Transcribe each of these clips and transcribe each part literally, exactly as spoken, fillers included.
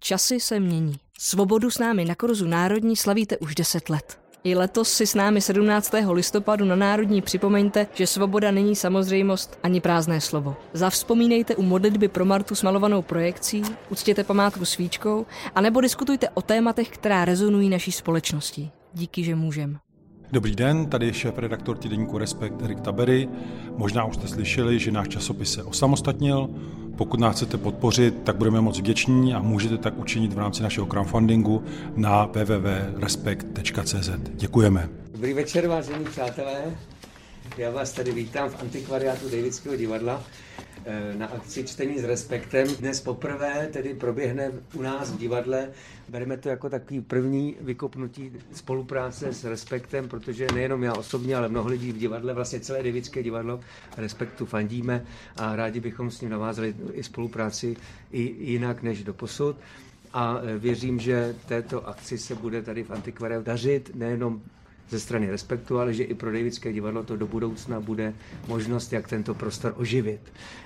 Časy se mění. Svobodu s námi na kurzu Národní slavíte už deset let. I letos si s námi sedmnáctého listopadu na Národní připomeňte, že svoboda není samozřejmost ani prázdné slovo. Zavzpomínejte u modlitby pro Martu s malovanou projekcí, uctěte památku svíčkou, anebo diskutujte o tématech, která rezonují naší společností. Díky, že můžem. Dobrý den, tady je šéfredaktor týdeníku Respekt Erik Tabery. Možná už jste slyšeli, že náš časopis se osamostatnil. Pokud nás chcete podpořit, tak budeme moc vděční a můžete tak učinit v rámci našeho crowdfundingu na w w w tečka respekt tečka c z. Děkujeme. Dobrý večer, vážení přátelé. Já vás tady vítám v antikvariátu Davidského divadla na akci Čtení s respektem. Dnes poprvé tedy proběhne u nás v divadle. Bereme to jako takový první vykopnutí spolupráce s Respektem, protože nejenom já osobně, ale mnoho lidí v divadle, vlastně celé Davidské divadlo Respektu fandíme a rádi bychom s ním navázali i spolupráci i jinak než doposud. A věřím, že této akci se bude tady v antikvariátu dařit nejenom ze strany Respektu, ale že i pro Davidské divadlo to do budoucna bude možnost, jak tento prostor oživit.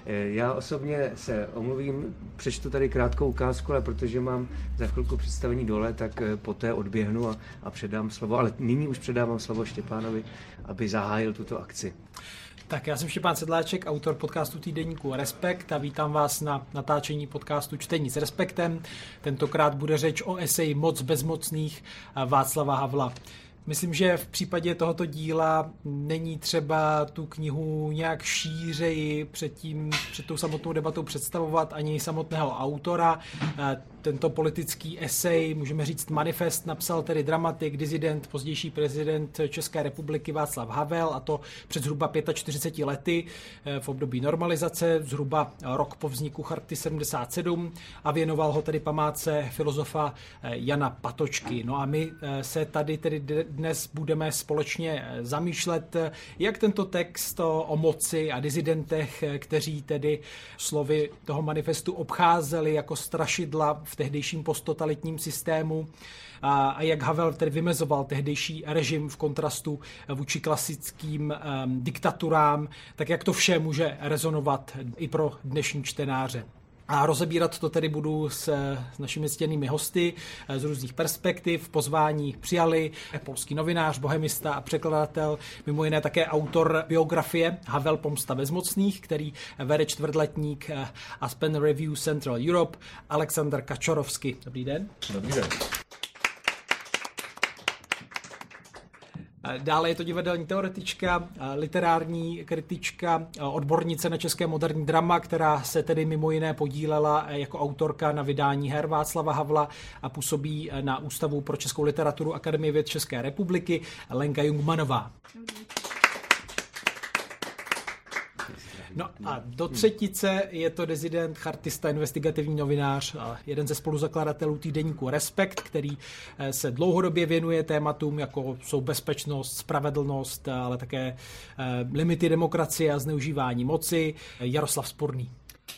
Já osobně se omluvím, přečtu tady krátkou ukázku, ale protože mám za chvilku představení dole, tak poté odběhnu a, a předám slovo, ale nyní už předávám slovo Štěpánovi, aby zahájil tuto akci. Tak já jsem Štěpán Sedláček, autor podcastu týdeníku Respekt a vítám vás na natáčení podcastu Čtení s respektem. Tentokrát bude řeč o eseji Moc bezmocných Václava Havla. Myslím, že v případě tohoto díla není třeba tu knihu nějak šířeji před, tím, před tou samotnou debatou představovat ani samotného autora. Tento politický esej, můžeme říct manifest, napsal tedy dramatik, disident, pozdější prezident České republiky Václav Havel, a to před zhruba čtyřiceti pěti lety v období normalizace, zhruba rok po vzniku Charty sedmdesát sedm, a věnoval ho tedy památce filozofa Jana Patočky. No a my se tady tedy dnes budeme společně zamýšlet, jak tento text o moci a disidentech, kteří tedy slovy toho manifestu obcházeli jako strašidla v tehdejším posttotalitním systému, a, a jak Havel tedy vymezoval tehdejší režim v kontrastu vůči klasickým um, diktaturám, tak jak to vše může rezonovat i pro dnešní čtenáře. A rozebírat to tedy budu s, s našimi ctěnými hosty z různých perspektiv. Pozvání přijali polský novinář, bohemista a překladatel, mimo jiné také autor biografie Havel Pomsta bezmocných, který vede čtvrtletník Aspen Review Central Europe, Aleksandr Kačorovský. Dobrý den. Dobrý den. Dále je to divadelní teoretička, literární kritička, odbornice na české moderní drama, která se tedy mimo jiné podílela jako autorka na vydání her Václava Havla a působí na Ústavu pro českou literaturu Akademie věd České republiky, Lenka Jungmanová. No a do třetice je to dizident, chartista, investigativní novinář, jeden ze spoluzakladatelů týdeníku Respekt, který se dlouhodobě věnuje tématům, jako jsou bezpečnost, spravedlnost, ale také limity demokracie a zneužívání moci. Jaroslav Sporný.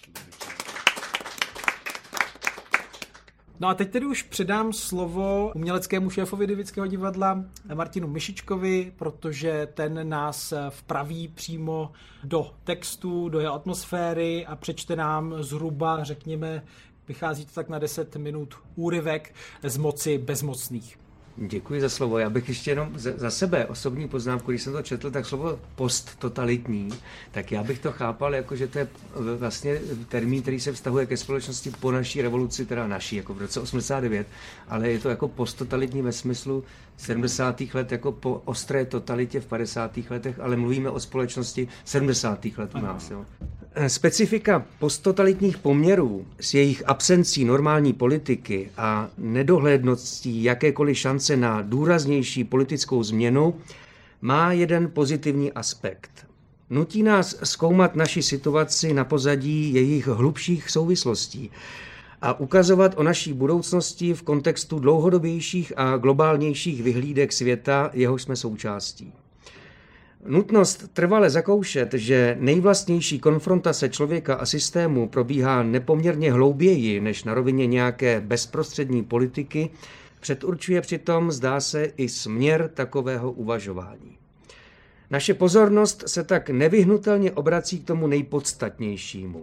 No a teď tedy už předám slovo uměleckému šéfovi Davidského divadla Martinu Myšičkovi, protože ten nás vpraví přímo do textu, do jeho atmosféry a přečte nám zhruba, řekněme, vychází to tak na deset minut, úryvek z Moci bezmocných. Děkuji za slovo. Já bych ještě jenom za sebe osobní poznámku, když jsem to četl, tak slovo posttotalitní, tak já bych to chápal jako, že to je vlastně termín, který se vztahuje ke společnosti po naší revoluci, teda naší, jako v roce osmdesát devět, ale je to jako posttotalitní ve smyslu sedmdesátých let, jako po ostré totalitě v padesátých letech, ale mluvíme o společnosti sedmdesátých let u nás. Jo. Specifika posttotalitních poměrů s jejich absencí normální politiky a nedohlédností jakékoliv šance na důraznější politickou změnu má jeden pozitivní aspekt. Nutí nás zkoumat naši situaci na pozadí jejich hlubších souvislostí a ukazovat o naší budoucnosti v kontextu dlouhodobějších a globálnějších vyhlídek světa, jehož jsme součástí. Nutnost trvale zakoušet, že nejvlastnější konfrontace člověka a systému probíhá nepoměrně hlouběji než na rovině nějaké bezprostřední politiky, předurčuje přitom, zdá se, i směr takového uvažování. Naše pozornost se tak nevyhnutelně obrací k tomu nejpodstatnějšímu.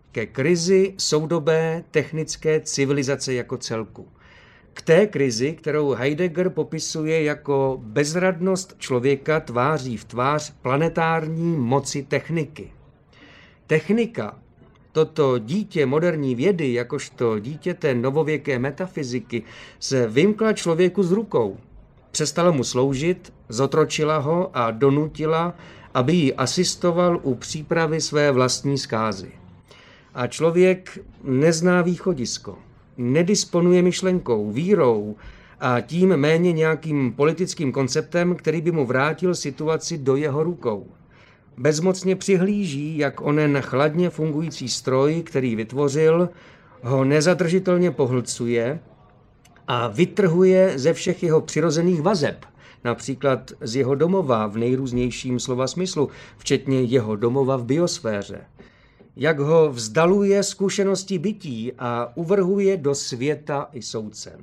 ke krizi soudobé technické civilizace jako celku. K té krizi, kterou Heidegger popisuje jako bezradnost člověka tváří v tvář planetární moci techniky. Technika, toto dítě moderní vědy, jakožto dítě té novověké metafyziky, se vymkla člověku z rukou. Přestala mu sloužit, zotročila ho a donutila, aby jí asistoval u přípravy své vlastní zkázy. A člověk nezná východisko, nedisponuje myšlenkou, vírou a tím méně nějakým politickým konceptem, který by mu vrátil situaci do jeho rukou. Bezmocně přihlíží, jak onen chladně fungující stroj, který vytvořil, ho nezadržitelně pohlcuje a vytrhuje ze všech jeho přirozených vazeb, například z jeho domova v nejrůznějším slova smyslu, včetně jeho domova v biosféře. Jak ho vzdaluje zkušenosti bytí a uvrhuje do světa i soucen.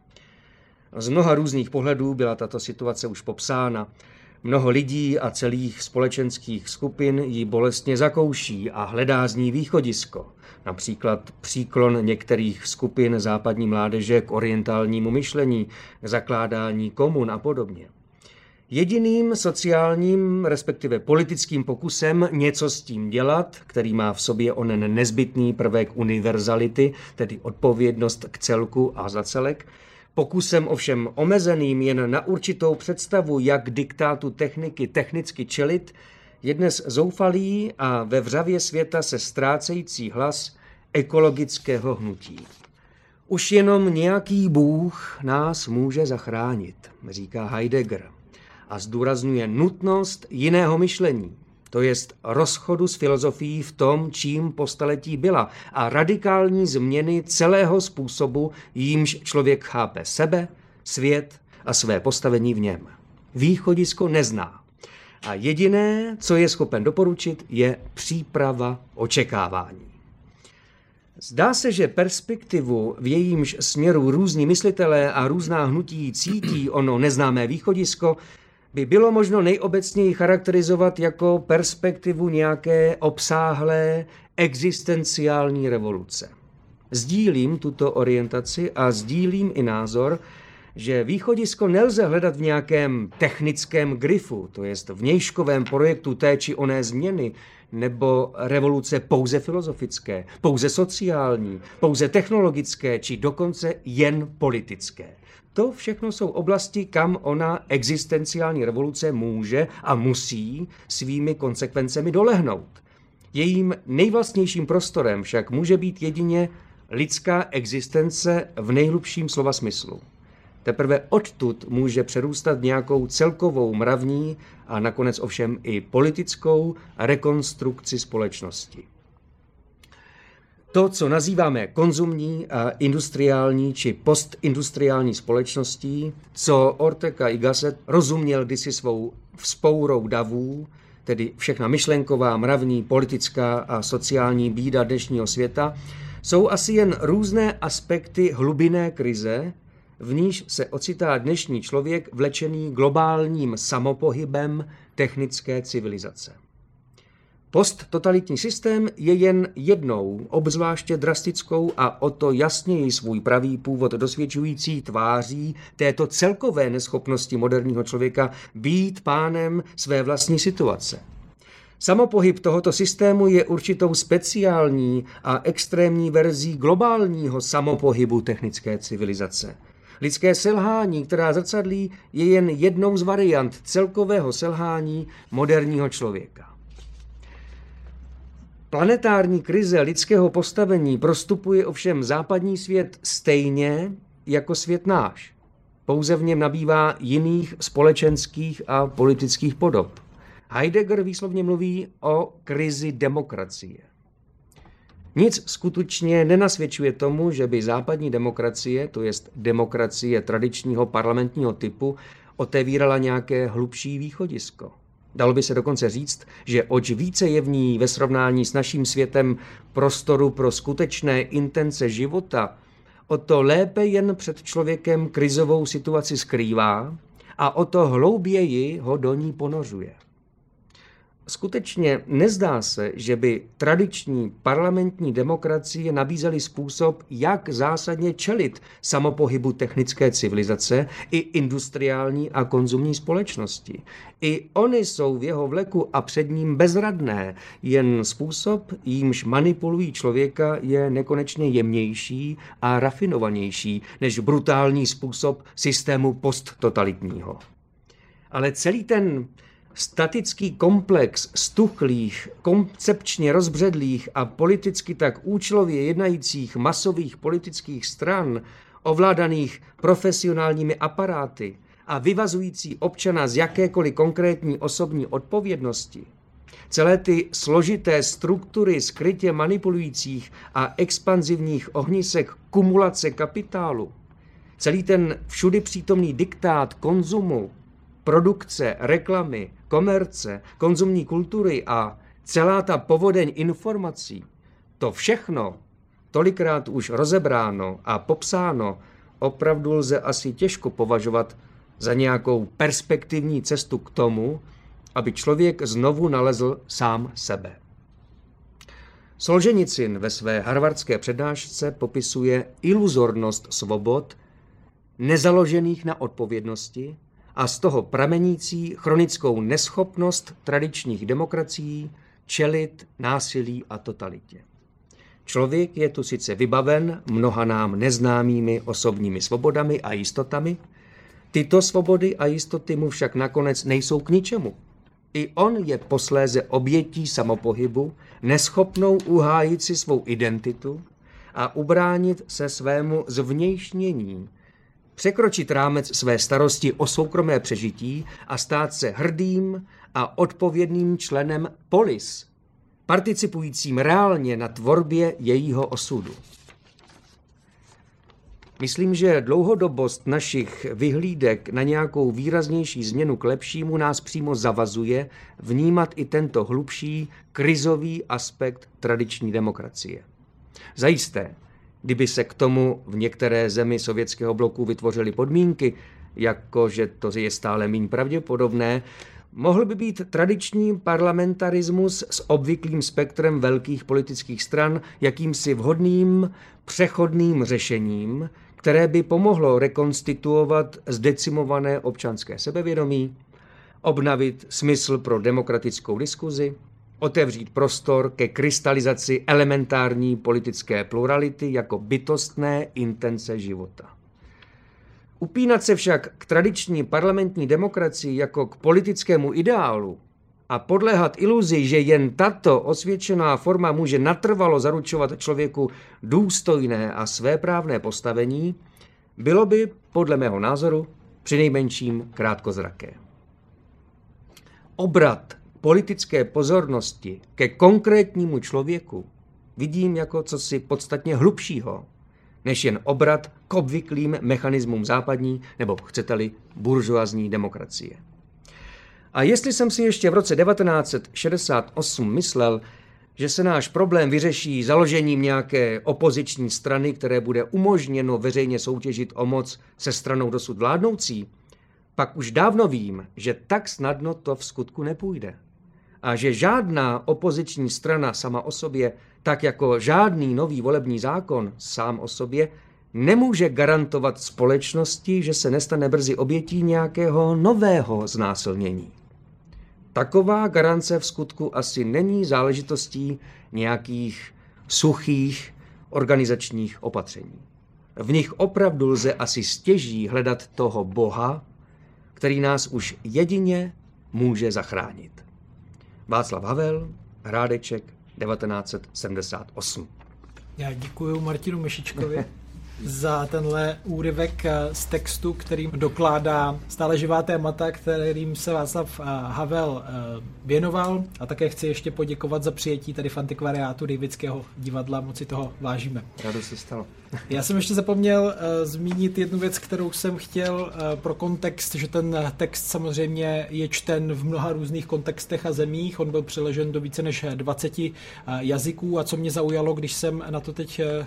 Z mnoha různých pohledů byla tato situace už popsána. Mnoho lidí a celých společenských skupin ji bolestně zakouší a hledá z ní východisko. Například příklon některých skupin západní mládeže k orientálnímu myšlení, k zakládání komun a podobně. Jediným sociálním, respektive politickým pokusem něco s tím dělat, který má v sobě onen nezbytný prvek univerzality, tedy odpovědnost k celku a za celek, pokusem ovšem omezeným jen na určitou představu, jak diktátu techniky technicky čelit, je dnes zoufalý a ve vřavě světa se ztrácející hlas ekologického hnutí. Už jenom nějaký Bůh nás může zachránit, říká Heidegger, a zdůrazňuje nutnost jiného myšlení, to jest rozchodu s filozofií v tom, čím po staletí byla, a radikální změny celého způsobu, jímž člověk chápe sebe, svět a své postavení v něm. Východisko nezná. A jediné, co je schopen doporučit, je příprava očekávání. Zdá se, že perspektivu, v jejímž směru různí myslitelé a různá hnutí cítí ono neznámé východisko, by bylo možno nejobecněji charakterizovat jako perspektivu nějaké obsáhlé existenciální revoluce. Sdílím tuto orientaci a sdílím i názor, že východisko nelze hledat v nějakém technickém gryfu, to jest vnějškovém projektu té či oné změny, nebo revoluce pouze filozofické, pouze sociální, pouze technologické, či dokonce jen politické. To všechno jsou oblasti, kam ona existenciální revoluce může a musí svými konsekvencemi dolehnout. Jejím nejvlastnějším prostorem však může být jedině lidská existence v nejhlubším slova smyslu. Teprve odtud může přerůstat nějakou celkovou mravní a nakonec ovšem i politickou rekonstrukci společnosti. To, co nazýváme konzumní a industriální či postindustriální společností, co Ortega y Gasset rozuměl kdysi svou vzpourou davů, tedy všechna myšlenková, mravní, politická a sociální bída dnešního světa, jsou asi jen různé aspekty hlubinné krize, v níž se ocitá dnešní člověk vlečený globálním samopohybem technické civilizace. Posttotalitní systém je jen jednou, obzvláště drastickou a o to jasněji svůj pravý původ dosvědčující tváří této celkové neschopnosti moderního člověka být pánem své vlastní situace. Samopohyb tohoto systému je určitou speciální a extrémní verzí globálního samopohybu technické civilizace. Lidské selhání, která zrcadlí, je jen jednou z variant celkového selhání moderního člověka. Planetární krize lidského postavení prostupuje ovšem západní svět stejně jako svět náš. Pouze v něm nabývá jiných společenských a politických podob. Heidegger výslovně mluví o krizi demokracie. Nic skutečně nenasvědčuje tomu, že by západní demokracie, to jest demokracie tradičního parlamentního typu, otevírala nějaké hlubší východisko. Dalo by se dokonce říct, že oč více je v ní ve srovnání s naším světem prostoru pro skutečné intence života, o to lépe jen před člověkem krizovou situaci skrývá a o to hlouběji ho do ní ponořuje. skutečně nezdá se, že by tradiční parlamentní demokracie nabízely způsob, jak zásadně čelit samopohybu technické civilizace i industriální a konzumní společnosti. I ony jsou v jeho vleku a před ním bezradné, jen způsob, jímž manipulují člověka, je nekonečně jemnější a rafinovanější než brutální způsob systému posttotalitního. Ale celý ten statický komplex stuchlých, koncepčně rozbředlých a politicky tak účelově jednajících masových politických stran, ovládaných profesionálními aparáty a vyvazující občana z jakékoliv konkrétní osobní odpovědnosti, celé ty složité struktury skrytě manipulujících a expanzivních ohnisek kumulace kapitálu, celý ten všudy přítomný diktát konzumu, produkce, reklamy, komerce, konzumní kultury a celá ta povodeň informací, to všechno, tolikrát už rozebráno a popsáno, opravdu lze asi těžko považovat za nějakou perspektivní cestu k tomu, aby člověk znovu nalezl sám sebe. Solženicyn ve své harvardské přednášce popisuje iluzornost svobod, nezaložených na odpovědnosti, a z toho pramenící chronickou neschopnost tradičních demokracií čelit násilí a totalitě. Člověk je tu sice vybaven mnoha nám neznámými osobními svobodami a jistotami, tyto svobody a jistoty mu však nakonec nejsou k ničemu. I on je posléze obětí samopohybu, neschopnou uhájit si svou identitu a ubránit se svému zvnějšnění, překročit rámec své starosti o soukromé přežití a stát se hrdým a odpovědným členem polis, participujícím reálně na tvorbě jejího osudu. Myslím, že dlouhodobost našich vyhlídek na nějakou výraznější změnu k lepšímu nás přímo zavazuje vnímat i tento hlubší, krizový aspekt tradiční demokracie. Zajisté, kdyby se k tomu v některé zemi sovětského bloku vytvořily podmínky, jakože to je stále méně pravděpodobné, mohl by být tradiční parlamentarismus s obvyklým spektrem velkých politických stran jakýmsi vhodným přechodným řešením, které by pomohlo rekonstituovat zdecimované občanské sebevědomí, obnovit smysl pro demokratickou diskuzi, otevřít prostor ke krystalizaci elementární politické plurality jako bytostné intence života. Upínat se však k tradiční parlamentní demokracii jako k politickému ideálu a podléhat iluzi, že jen tato osvědčená forma může natrvalo zaručovat člověku důstojné a svéprávné postavení, bylo by, podle mého názoru, přinejmenším krátkozraké. Obrat politické pozornosti ke konkrétnímu člověku vidím jako cosi podstatně hlubšího, než jen obrat k obvyklým mechanismům západní, nebo chcete-li buržoazní demokracie. A jestli jsem si ještě v roce devatenáct set šedesát osm myslel, že se náš problém vyřeší založením nějaké opoziční strany, které bude umožněno veřejně soutěžit o moc se stranou dosud vládnoucí, pak už dávno vím, že tak snadno to v skutku nepůjde. A že žádná opoziční strana sama o sobě, tak jako žádný nový volební zákon sám o sobě, nemůže garantovat společnosti, že se nestane brzy obětí nějakého nového znásilnění. Taková garance v skutku asi není záležitostí nějakých suchých organizačních opatření. V nich opravdu lze asi stěží hledat toho Boha, který nás už jedině může zachránit. Václav Havel, Hrádeček, devatenáct set sedmdesát osm. Já děkuji Martinu Mešičkovi za tenhle úryvek z textu, kterým dokládá stále živá témata, kterým se Václav Havel věnoval, a také chci ještě poděkovat za přijetí tady v antikvariátu Davidského divadla, moc si toho vážíme. Radost se stalo. Já jsem ještě zapomněl uh, zmínit jednu věc, kterou jsem chtěl uh, pro kontext, že ten text samozřejmě je čten v mnoha různých kontextech a zemích. On byl přeložen do více než dvaceti uh, jazyků, a co mě zaujalo, když jsem na to teď uh,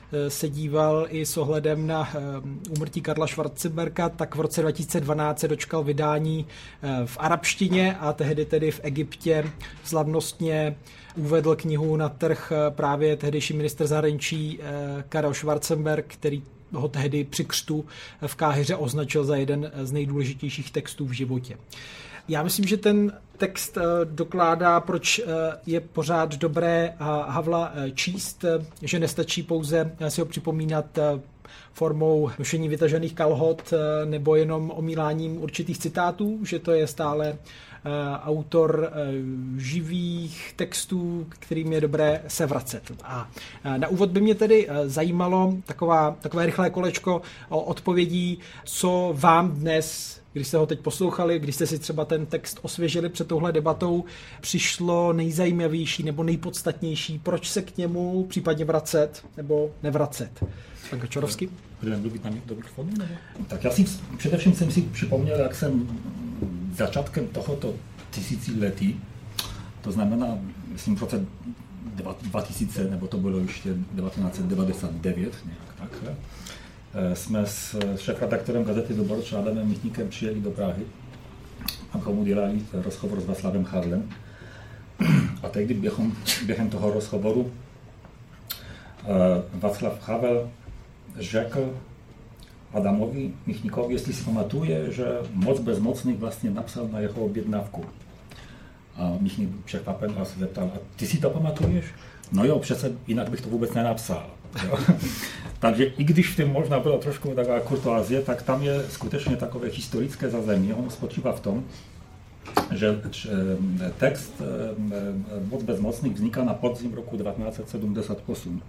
se díval i s ohledem na úmrtí Karla Schwarzenberga, tak v roce dva tisíce dvanáct se dočkal vydání v arabštině a tehdy tedy v Egyptě slavnostně uvedl knihu na trh právě tehdejší ministr zahraničí Karel Schwarzenberg, který ho tehdy při křtu v Káhiře označil za jeden z nejdůležitějších textů v životě. Já myslím, že ten text dokládá, proč je pořád dobré Havla číst, že nestačí pouze si ho připomínat formou nošení vytažených kalhot nebo jenom omíláním určitých citátů, že to je stále autor živých textů, kterým je dobré se vracet. A na úvod by mě tedy zajímalo taková, takové rychlé kolečko o odpovědí, co vám dnes, když jste ho teď poslouchali, když jste si třeba ten text osvěžili před touhle debatou, přišlo nejzajímavější nebo nejpodstatnější, proč se k němu případně vracet nebo nevracet. Pan Kačorovský? Budeme mluvit na do mikrofonu? Nebo? Tak já si především jsem si připomněl, jak jsem začátkem tohoto tisíciletí, to znamená, myslím, v roce dva tisíce, nebo to bylo ještě devatenáct set devadesát devět, nějak takhle, jsme s šéfredaktorem gazety Wyborcze Adamem Michnikem přijeli do Prahy, abychom mu dělali rozhovor s Václavem Havlem. A tehdy během, během toho rozhovoru Václav Havel řekl Adamovi Michnikovi, jestli si pamatuje, že Moc bezmocných vlastně napsal na jeho objednávku. A Michnik překvapen a se zeptal, a ty si to pamatuješ? No jo, přece jinak bych to vůbec nenapsal. Takže i když v tom možná byla trošku taková kurtoazie, tak tam je skutečně takové historické zázemí. Ono spočívá v tom, že text Moc bezmocných vzniká na podzim roku devatenáct set sedmdesát osm.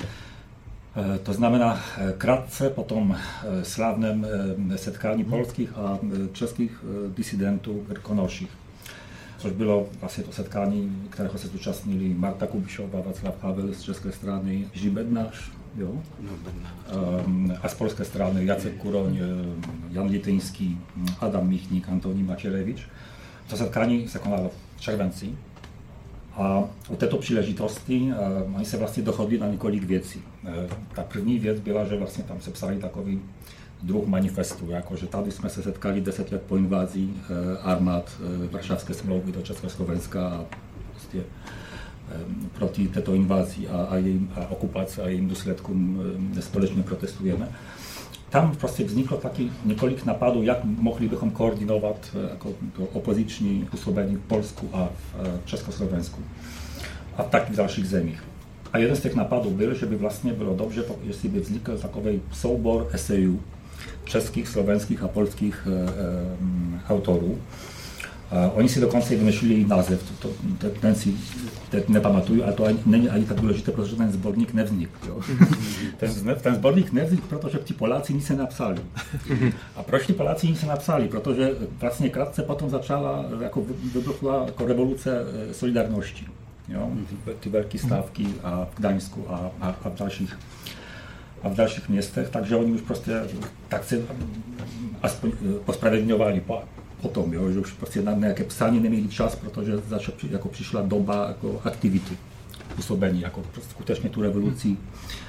To znamená krátce po tom slavném setkání polských a českých disidentů v Krkonoších, což bylo vlastně to setkání, kterého se zúčastnili Marta Kubišová, Václav Havel z české strany, Jiří Bednář, jo? A z polské strany Jacek Kuroň, Jan Lityńský, Adam Michnik, Antoni Macierewicz. To setkání se konalo v červenci. A u této příležitosti uh, oni se vlastně dohodli na několik věcí. Uh, ta první věc byla, že vlastně tam se psali takový druh manifestu, jako že tady jsme se setkali deset let po invazi uh, armád uh, Varšavské smlouvy do Československa a prostě um, proti této invazi a, a jejím a okupaci a jejím důsledkům um, společně protestujeme. Tam prostě vzniklo taky několik napadů, jak mohli bychom koordinovat jako to opoziční působení v Polsku a v Československu a taky v dalších zemích. A jeden z těch napadů byl, že by vlastně bylo dobře, jestli by vznikl takový soubor esejů českých, slovenských a polských e, e, autorů. A oni si dokonce vymysleli název, to, to, ten si teď nepamatuju, ale to ani, není ani tak důležité, protože ten sborník nevznikl. Ten, ten sborník nevznikl, protože ti Poláci nic nenapsali. A proč ti Poláci nic nenapsali? Protože vlastně krátce potom začala, jako vybuchla jako revoluce Solidarności. Jo? Ty, ty velké stávky a v Gdaňsku a, a, a, v dalších, a v dalších městech, takže oni už prostě tak se aspoň pospravedlňovali potom, jo, že už prostě na nějaké psání neměli čas, protože začal, jako přišla doba jako aktivity, působení, jako skutečně tu revoluci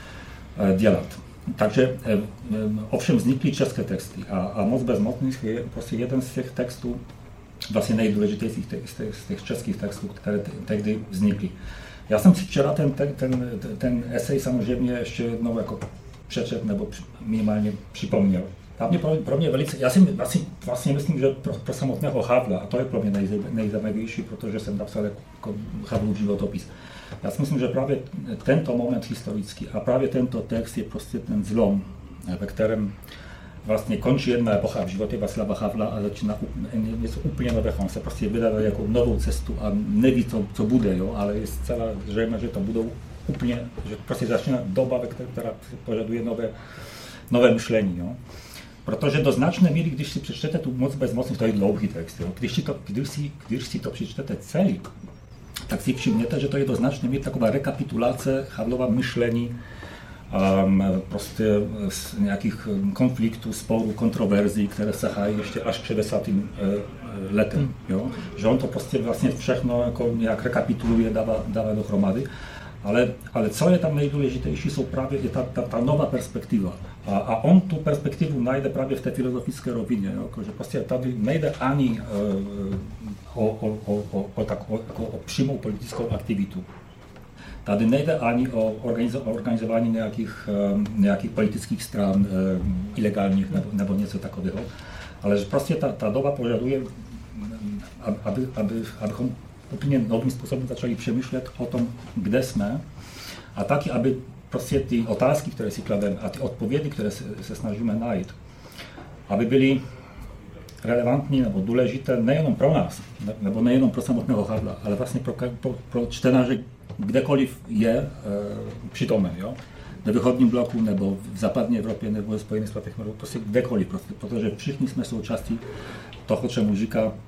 eh, dělat. Takže eh, ovšem vznikly české texty a, a Moc bezmocných je prostě jeden z těch textů, vlastně nejdůležitějších z těch, z těch českých textů, které tehdy vznikly. Já jsem si včera ten, ten, ten, ten esej samozřejmě ještě jednou jako přečet nebo minimálně připomněl. Tam je pro, pro mě velice, já si vlastně, vlastně myslím, že pro, pro samotného Havla, a to je pro mě nejzajímavější, protože jsem napsal jako Havlův životopis. Já si myslím, že právě tento moment historický a právě tento text je prostě ten zlom, ve kterém vlastně končí jedna epocha v životě Václava Havla a začíná něco úplně nového. On se prostě vydává jako novou cestu a neví, co, co bude, jo, ale je zcela zřejmé, že to budou úplně, že prostě začíná doba, ve které, která požaduje nové, nové myšlení. Jo. Protože do značné míry, když si přečtete tu Moc bezmocných, to je dlouhý text, jo. Když, si to, když, si, když si to přečtete celý, tak si všimněte, že to je do značné míry taková rekapitulace Havlova myšlení, um, prostě z nějakých konfliktů, sporů, kontroverzí, které sahají ještě až k šedesátým letem. Jo. Že on to prostě vlastně všechno jako nějak rekapituluje, dává, dává dohromady. Ale, ale co je tam nejdůležitější, jsou právě ta, ta, ta nová perspektiva. A, a on tu perspektivu najde právě v té filozofické rovině, jo? Že prostě tady nejde ani uh, o, o, o, o, o, tak, o, o přímou politickou aktivitu. Tady nejde ani o organizování nějakých, nějakých politických stran ilegálních nebo, nebo něco takového, ale že prostě ta, ta doba požaduje, aby, aby, abychom úplně novým způsobem začali přemýšlet o tom, kde jsme, a taky, aby prostě ty otázky, které si klademe, a ty odpovědi, které se, se snažíme najít, aby byly relevantní nebo důležité nejenom pro nás, nebo nejenom pro samotného Havla, ale vlastně pro, pro, pro čtenáře, kdekoliv je e, přítomen, jo? Ve východním bloku, nebo v západní Evropě, nebo ve Spojených státech, prostě kdekoliv, prostě, protože všichni jsme součástí toho, čemu říká e,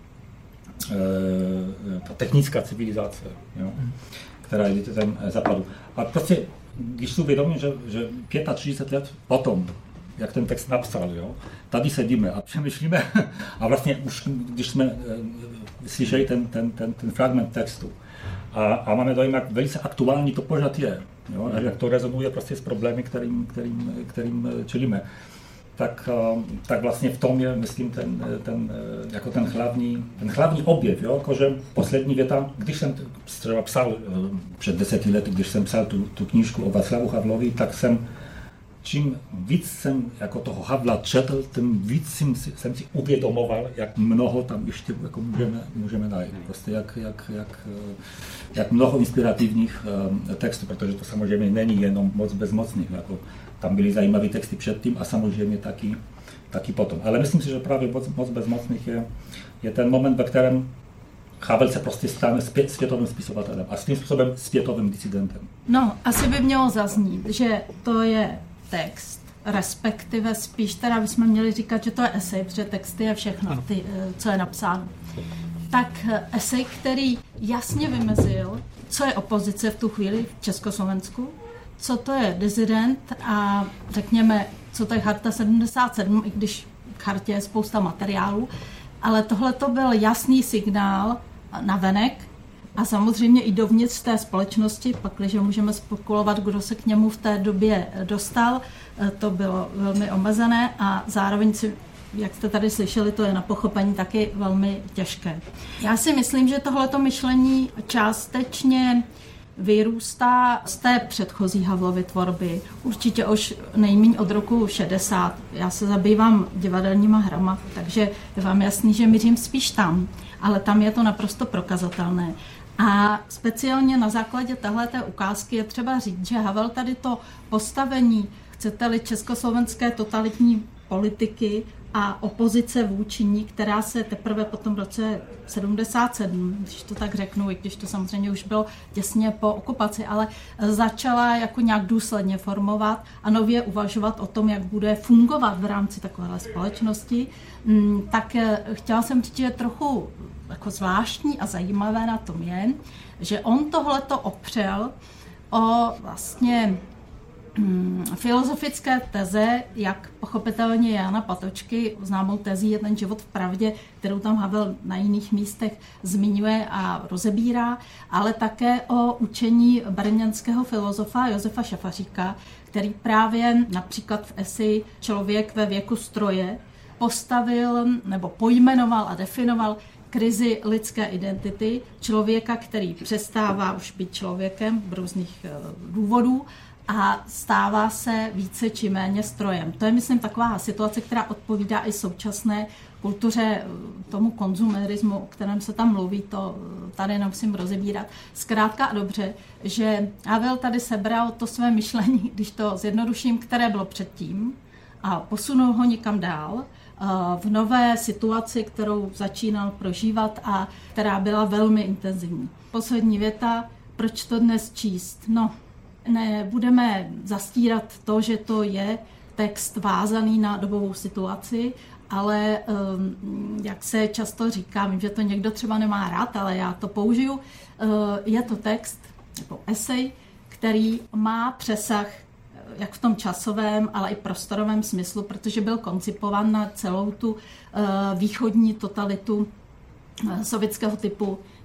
ta technická civilizace, jo? Která je ten západu. A prostě, když si uvědomím, že, že třicet pět let potom, jak ten text napsal, jo? Tady sedíme a přemýšlíme a vlastně už, když jsme e, slyšeli ten, ten, ten, ten fragment textu, A, a máme dojem, jak velice aktuální to pořád je, jo? A jak to rezonuje prostě s problémy, kterým, kterým, kterým čelíme. Tak, tak vlastně v tom je, myslím, ten, ten, jako ten hlavní, ten hlavní objev, jo? Jako, že poslední věta, když jsem třeba psal před deseti lety, když jsem psal tu, tu knížku o Václavu Havlovi, tak jsem čím víc jsem jako toho Havla četl, tím víc jsem si, jsem si uvědomoval, jak mnoho tam ještě jako můžeme, můžeme najít. Prostě jak, jak, jak, jak mnoho inspirativních um, textů, protože to samozřejmě není jenom moc bezmocných. Jako, tam byly zajímavé texty předtím a samozřejmě taky, taky potom. Ale myslím si, že právě moc, moc bezmocných je, je ten moment, ve kterém Havel se prostě stane světovým spisovatelem a svým způsobem světovým disidentem. No, asi by mělo zaznít, že to je text, respektive spíš teda bychom měli říkat, že to je esej, protože texty je všechno, ty, co je napsáno. Tak esej, který jasně vymezil, co je opozice v tu chvíli v Československu, co to je disident a řekněme, co to je Charta sedmdesát sedm, i když k chartě je spousta materiálů, ale tohle to byl jasný signál na venek a samozřejmě i dovnitř té společnosti, pakliže můžeme spekulovat, kdo se k němu v té době dostal, to bylo velmi omezené a zároveň si, jak jste tady slyšeli, to je na pochopení taky velmi těžké. Já si myslím, že tohleto myšlení částečně vyrůstá z té předchozí Havlovy tvorby, určitě už nejméně od roku šedesát. Já se zabývám divadelníma hrama, takže je vám jasný, že mířím spíš tam, ale tam je to naprosto prokazatelné. A speciálně na základě téhleté ukázky je třeba říct, že Havel tady to postavení, chcete-li československé totalitní politiky a opozice vůči ní, která se teprve po tom roce sedmdesát sedm, když to tak řeknu, i když to samozřejmě už bylo těsně po okupaci, ale začala jako nějak důsledně formovat a nově uvažovat o tom, jak bude fungovat v rámci takovéhle společnosti, tak chtěla jsem říct, že trochu jako zvláštní a zajímavé na tom je, že on tohleto opřel o vlastně filozofické teze, jak pochopitelně Jana Patočky, známou tezí je ten život v pravdě, kterou tam Havel na jiných místech zmiňuje a rozebírá, ale také o učení brněnského filozofa Josefa Šafaříka, který právě například v eseji Člověk ve věku stroje postavil nebo pojmenoval a definoval krizi lidské identity člověka, který přestává už být člověkem v různých důvodů a stává se více či méně strojem. To je, myslím, taková situace, která odpovídá i současné kultuře, tomu konzumerismu, o kterém se tam mluví, to tady nemusím rozebírat. Zkrátka a dobře, že Havel tady sebral to své myšlení, když to zjednoduším, které bylo předtím a posunul ho někam dál, v nové situaci, kterou začínal prožívat a která byla velmi intenzivní. Poslední věta, proč to dnes číst? No, nebudeme zastírat to, že to je text vázaný na dobovou situaci, ale jak se často říká, vím, že to někdo třeba nemá rád, ale já to použiju, je to text nebo esej, který má přesah jak v tom časovém, ale i prostorovém smyslu, protože byl koncipován na celou tu východní totalitu sovětského typu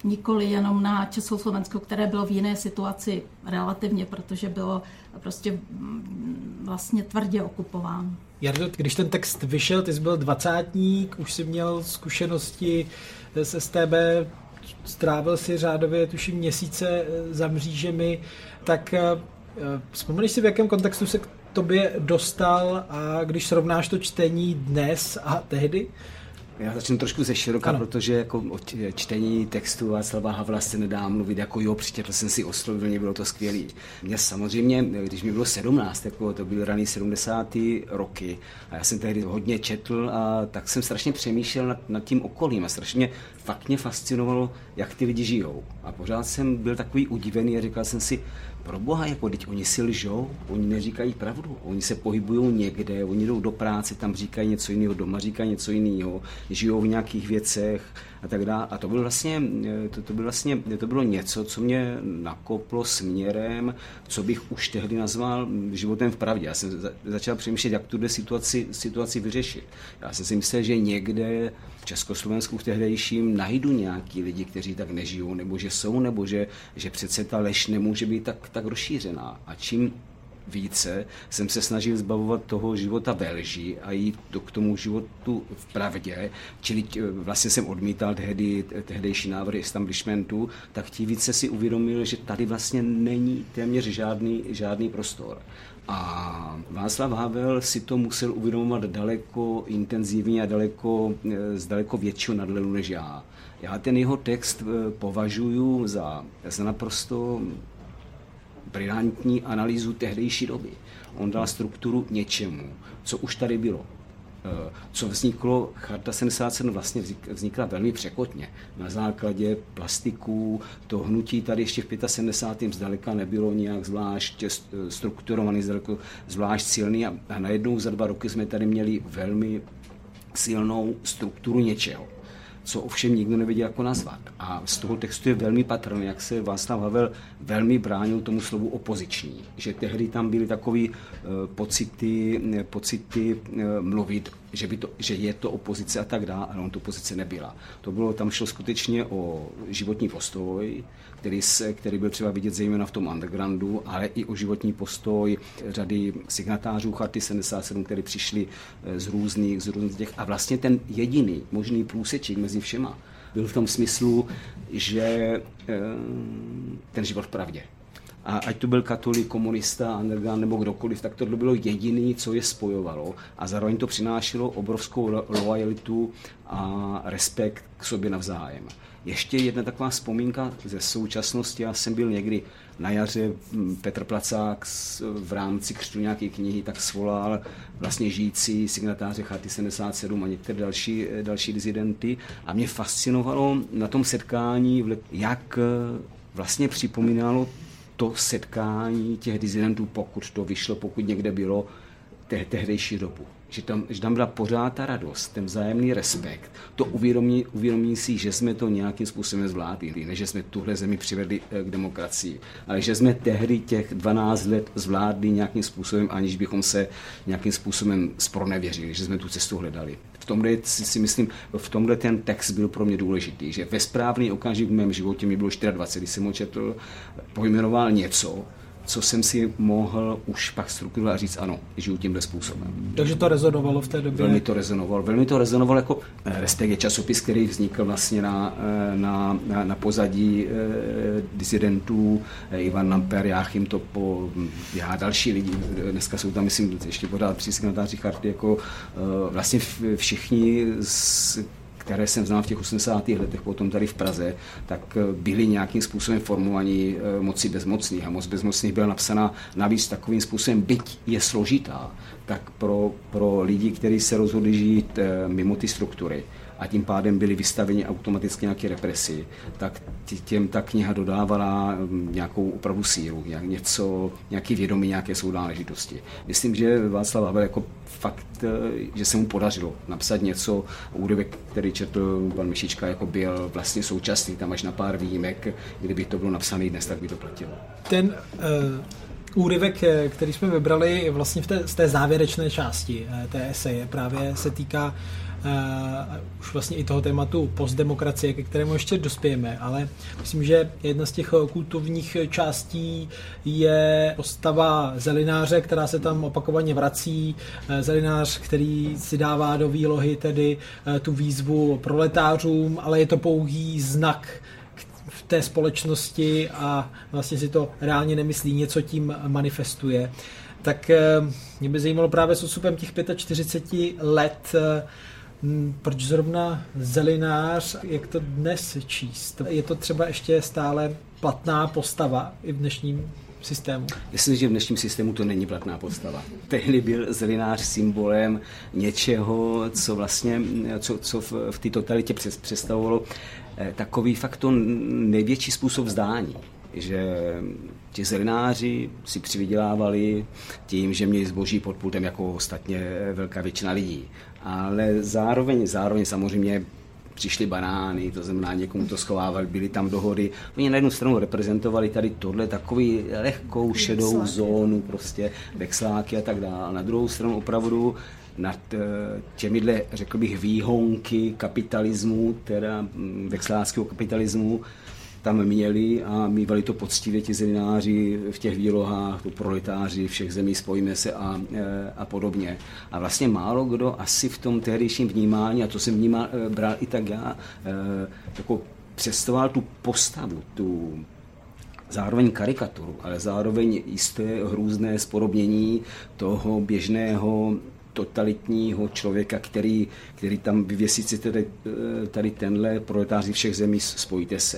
nikoli jenom na Československo, které bylo v jiné situaci relativně, protože bylo prostě vlastně tvrdě okupováno. Jardo, když ten text vyšel, ty jsi byl dvacátník, už jsi měl zkušenosti z S T B, strávil si řádově, tuším, měsíce za mřížemi, tak vzpomeneš si, v jakém kontextu se k tobě dostal a když srovnáš to čtení dnes a tehdy? Já začnu trošku ze široka, ano. Protože jako o čtení textu Václava Havla se nedá mluvit jako jo, přečetl jsem si Osloveně, bylo to skvělý. Mě samozřejmě, když mi bylo sedmnáct, jako to byly raný sedmdesátá roky a já jsem tehdy hodně četl a tak jsem strašně přemýšlel nad, nad tím okolím a strašně fakt mě fascinovalo, jak ty lidi žijou. A pořád jsem byl takový udivený a říkal jsem si, pro boha, jako teď oni si lžou, oni neříkají pravdu, oni se pohybují někde, oni jdou do práce, tam říkají něco jiného, doma říkají něco jiného, žijou v nějakých věcech a tak dále. A to bylo vlastně, to, to bylo vlastně, to bylo něco, co mě nakoplo směrem, co bych už tehdy nazval životem v pravdě. Já jsem za, začal přemýšlet, jak tuhle situaci, situaci vyřešit. Já jsem si myslel, že někde v Československu v tehdejším najdu nějaký lidi, kteří tak nežijou, nebo že jsou, nebo že, že přece ta lež nemůže být tak, tak rozšířená. A čím více jsem se snažil zbavovat toho života ve lži a jít do, k tomu životu v pravdě, čili vlastně jsem odmítal tehdy, tehdejší návrhy establishmentu, tak tím více si uvědomil, že tady vlastně není téměř žádný, žádný prostor. A Václav Havel si to musel uvědomovat daleko intenzivně a daleko, z daleko většího nadhledu než já. Já ten jeho text považuji za, za naprosto brilantní analýzu tehdejší doby. On dal strukturu něčemu, co už tady bylo. Co vzniklo, Charta sedmdesát sedm vlastně vznikla velmi překotně. Na základě plastiků, to hnutí tady ještě v sedmdesátém pátém zdaleka nebylo nějak zvlášť strukturovaný, zdaleka zvlášť silný a, a najednou za dva roky jsme tady měli velmi silnou strukturu něčeho, co ovšem nikdo nevěděl jako nazvat. A z toho textu je velmi patrné, jak se Václav Havel velmi bránil tomu slovu opoziční. Že tehdy tam byly takové uh, pocity, pocity uh, mluvit, že, by to, že je to opozice a tak dále, ale on to opozice nebyla. To bylo, tam šlo skutečně o životní postoj, který, se, který byl třeba vidět zejména v tom undergroundu, ale i o životní postoj řady signatářů Charty sedmdesát sedm, kteří přišli z různých, z různých těch. A vlastně ten jediný možný průsečík mezi všema byl v tom smyslu, že ten život v pravdě. A ať to byl katolik, komunista, underground nebo kdokoliv, tak to bylo jediné, co je spojovalo a zároveň to přinášelo obrovskou loajalitu a respekt k sobě navzájem. Ještě jedna taková vzpomínka ze současnosti, já jsem byl někdy na jaře, Petr Placák v rámci křtu nějaké knihy tak svolal vlastně žijící signatáře Charty sedmdesát sedm a některé další, další dizidenty a mě fascinovalo na tom setkání, jak vlastně připomínalo to setkání těch dizidentů, pokud to vyšlo, pokud někde bylo, te- tehdejší dobu. Že tam, že tam byla pořád ta radost, ten vzájemný respekt, to uvědomí, uvědomí si, že jsme to nějakým způsobem zvládli, ne že jsme tuhle zemi přivedli k demokracii, ale že jsme tehdy těch dvanáct let zvládli nějakým způsobem, aniž bychom se nějakým způsobem zpronevěřili, že jsme tu cestu hledali. V tomhle si, si myslím, v tomhle ten text byl pro mě důležitý, že ve správný okamžik v mém životě mi bylo dvacet čtyři, když jsem ho četl, pojmenoval něco, co jsem si mohl už pak strukturovat a říct, ano, žiju tímhle způsobem. Takže to rezonovalo v té době? Velmi to rezonovalo. Velmi to rezonovalo jako Respekt je časopis, který vznikl vlastně na, na, na, na pozadí eh, disidentů, eh, Ivan Namper, Jáchym Topo, já další lidi. Dneska jsou tam, myslím, ještě pořád tři signatáři charty, jako eh, vlastně všichni z které jsem znal v těch osmdesátých letech, potom tady v Praze, tak byli nějakým způsobem formovaní moci bezmocných. A moc bezmocných byla napsaná navíc takovým způsobem, byť je složitá, tak pro, pro lidi, kteří se rozhodli žít mimo ty struktury a tím pádem byli vystaveni automaticky nějaké represi, tak těm ta kniha dodávala nějakou opravdu sílu, něco, nějaký vědomí, nějaké jsou záležitosti. Myslím, že Václav Havel jako fakt, že se mu podařilo napsat něco, úryvek, který četl pan Mišička, jako byl vlastně současný, tam až na pár výjimek, kdyby to bylo napsané dnes, tak by to platilo. Ten uh... úryvek, který jsme vybrali vlastně v té, z té závěrečné části té eseje, právě se týká Uh, už vlastně i toho tématu postdemokracie, ke kterému ještě dospějeme, ale myslím, že jedna z těch kultovních částí je postava Zelináře, která se tam opakovaně vrací. Zelinář, který si dává do výlohy tedy tu výzvu proletářům, ale je to pouhý znak v té společnosti a vlastně si to reálně nemyslí, něco tím manifestuje. Tak mě by zajímalo právě s odstupem těch čtyřicet pět let, proč zrovna Zelinář, jak to dnes číst? Je to třeba ještě stále platná postava i v dnešním systému? Myslím, že v dnešním systému to není platná postava. Tehdy byl Zelinář symbolem něčeho, co vlastně, co, co v, v té totalitě představovalo takový fakt to největší způsob vzdání. Že ti zelináři si přivydělávali tím, že měli zboží pod pultem jako ostatně velká většina lidí. Ale zároveň, zároveň samozřejmě přišly banány, to znamená někomu to schovávali, byly tam dohody. Oni na jednu stranu reprezentovali tady tohle takový lehkou šedou vexláky. Zónu, prostě vexláky a tak dále. Na druhou stranu opravdu nad těmihle, řekl bych, výhonky kapitalismu, teda vexláckého kapitalismu, tam měli a mívali to poctivě ti zelináři v těch výlohách, to proletáři všech zemí, spojíme se a, a podobně. A vlastně málo kdo asi v tom tehdejším vnímání, a to jsem vnímal, bral i tak já, jako představoval tu postavu, tu zároveň karikaturu, ale zároveň jisté hrůzné spodobnění toho běžného totalitního člověka, který, který tam vyvěsí si tady, tady tenhle proletáři všech zemí, spojíte se.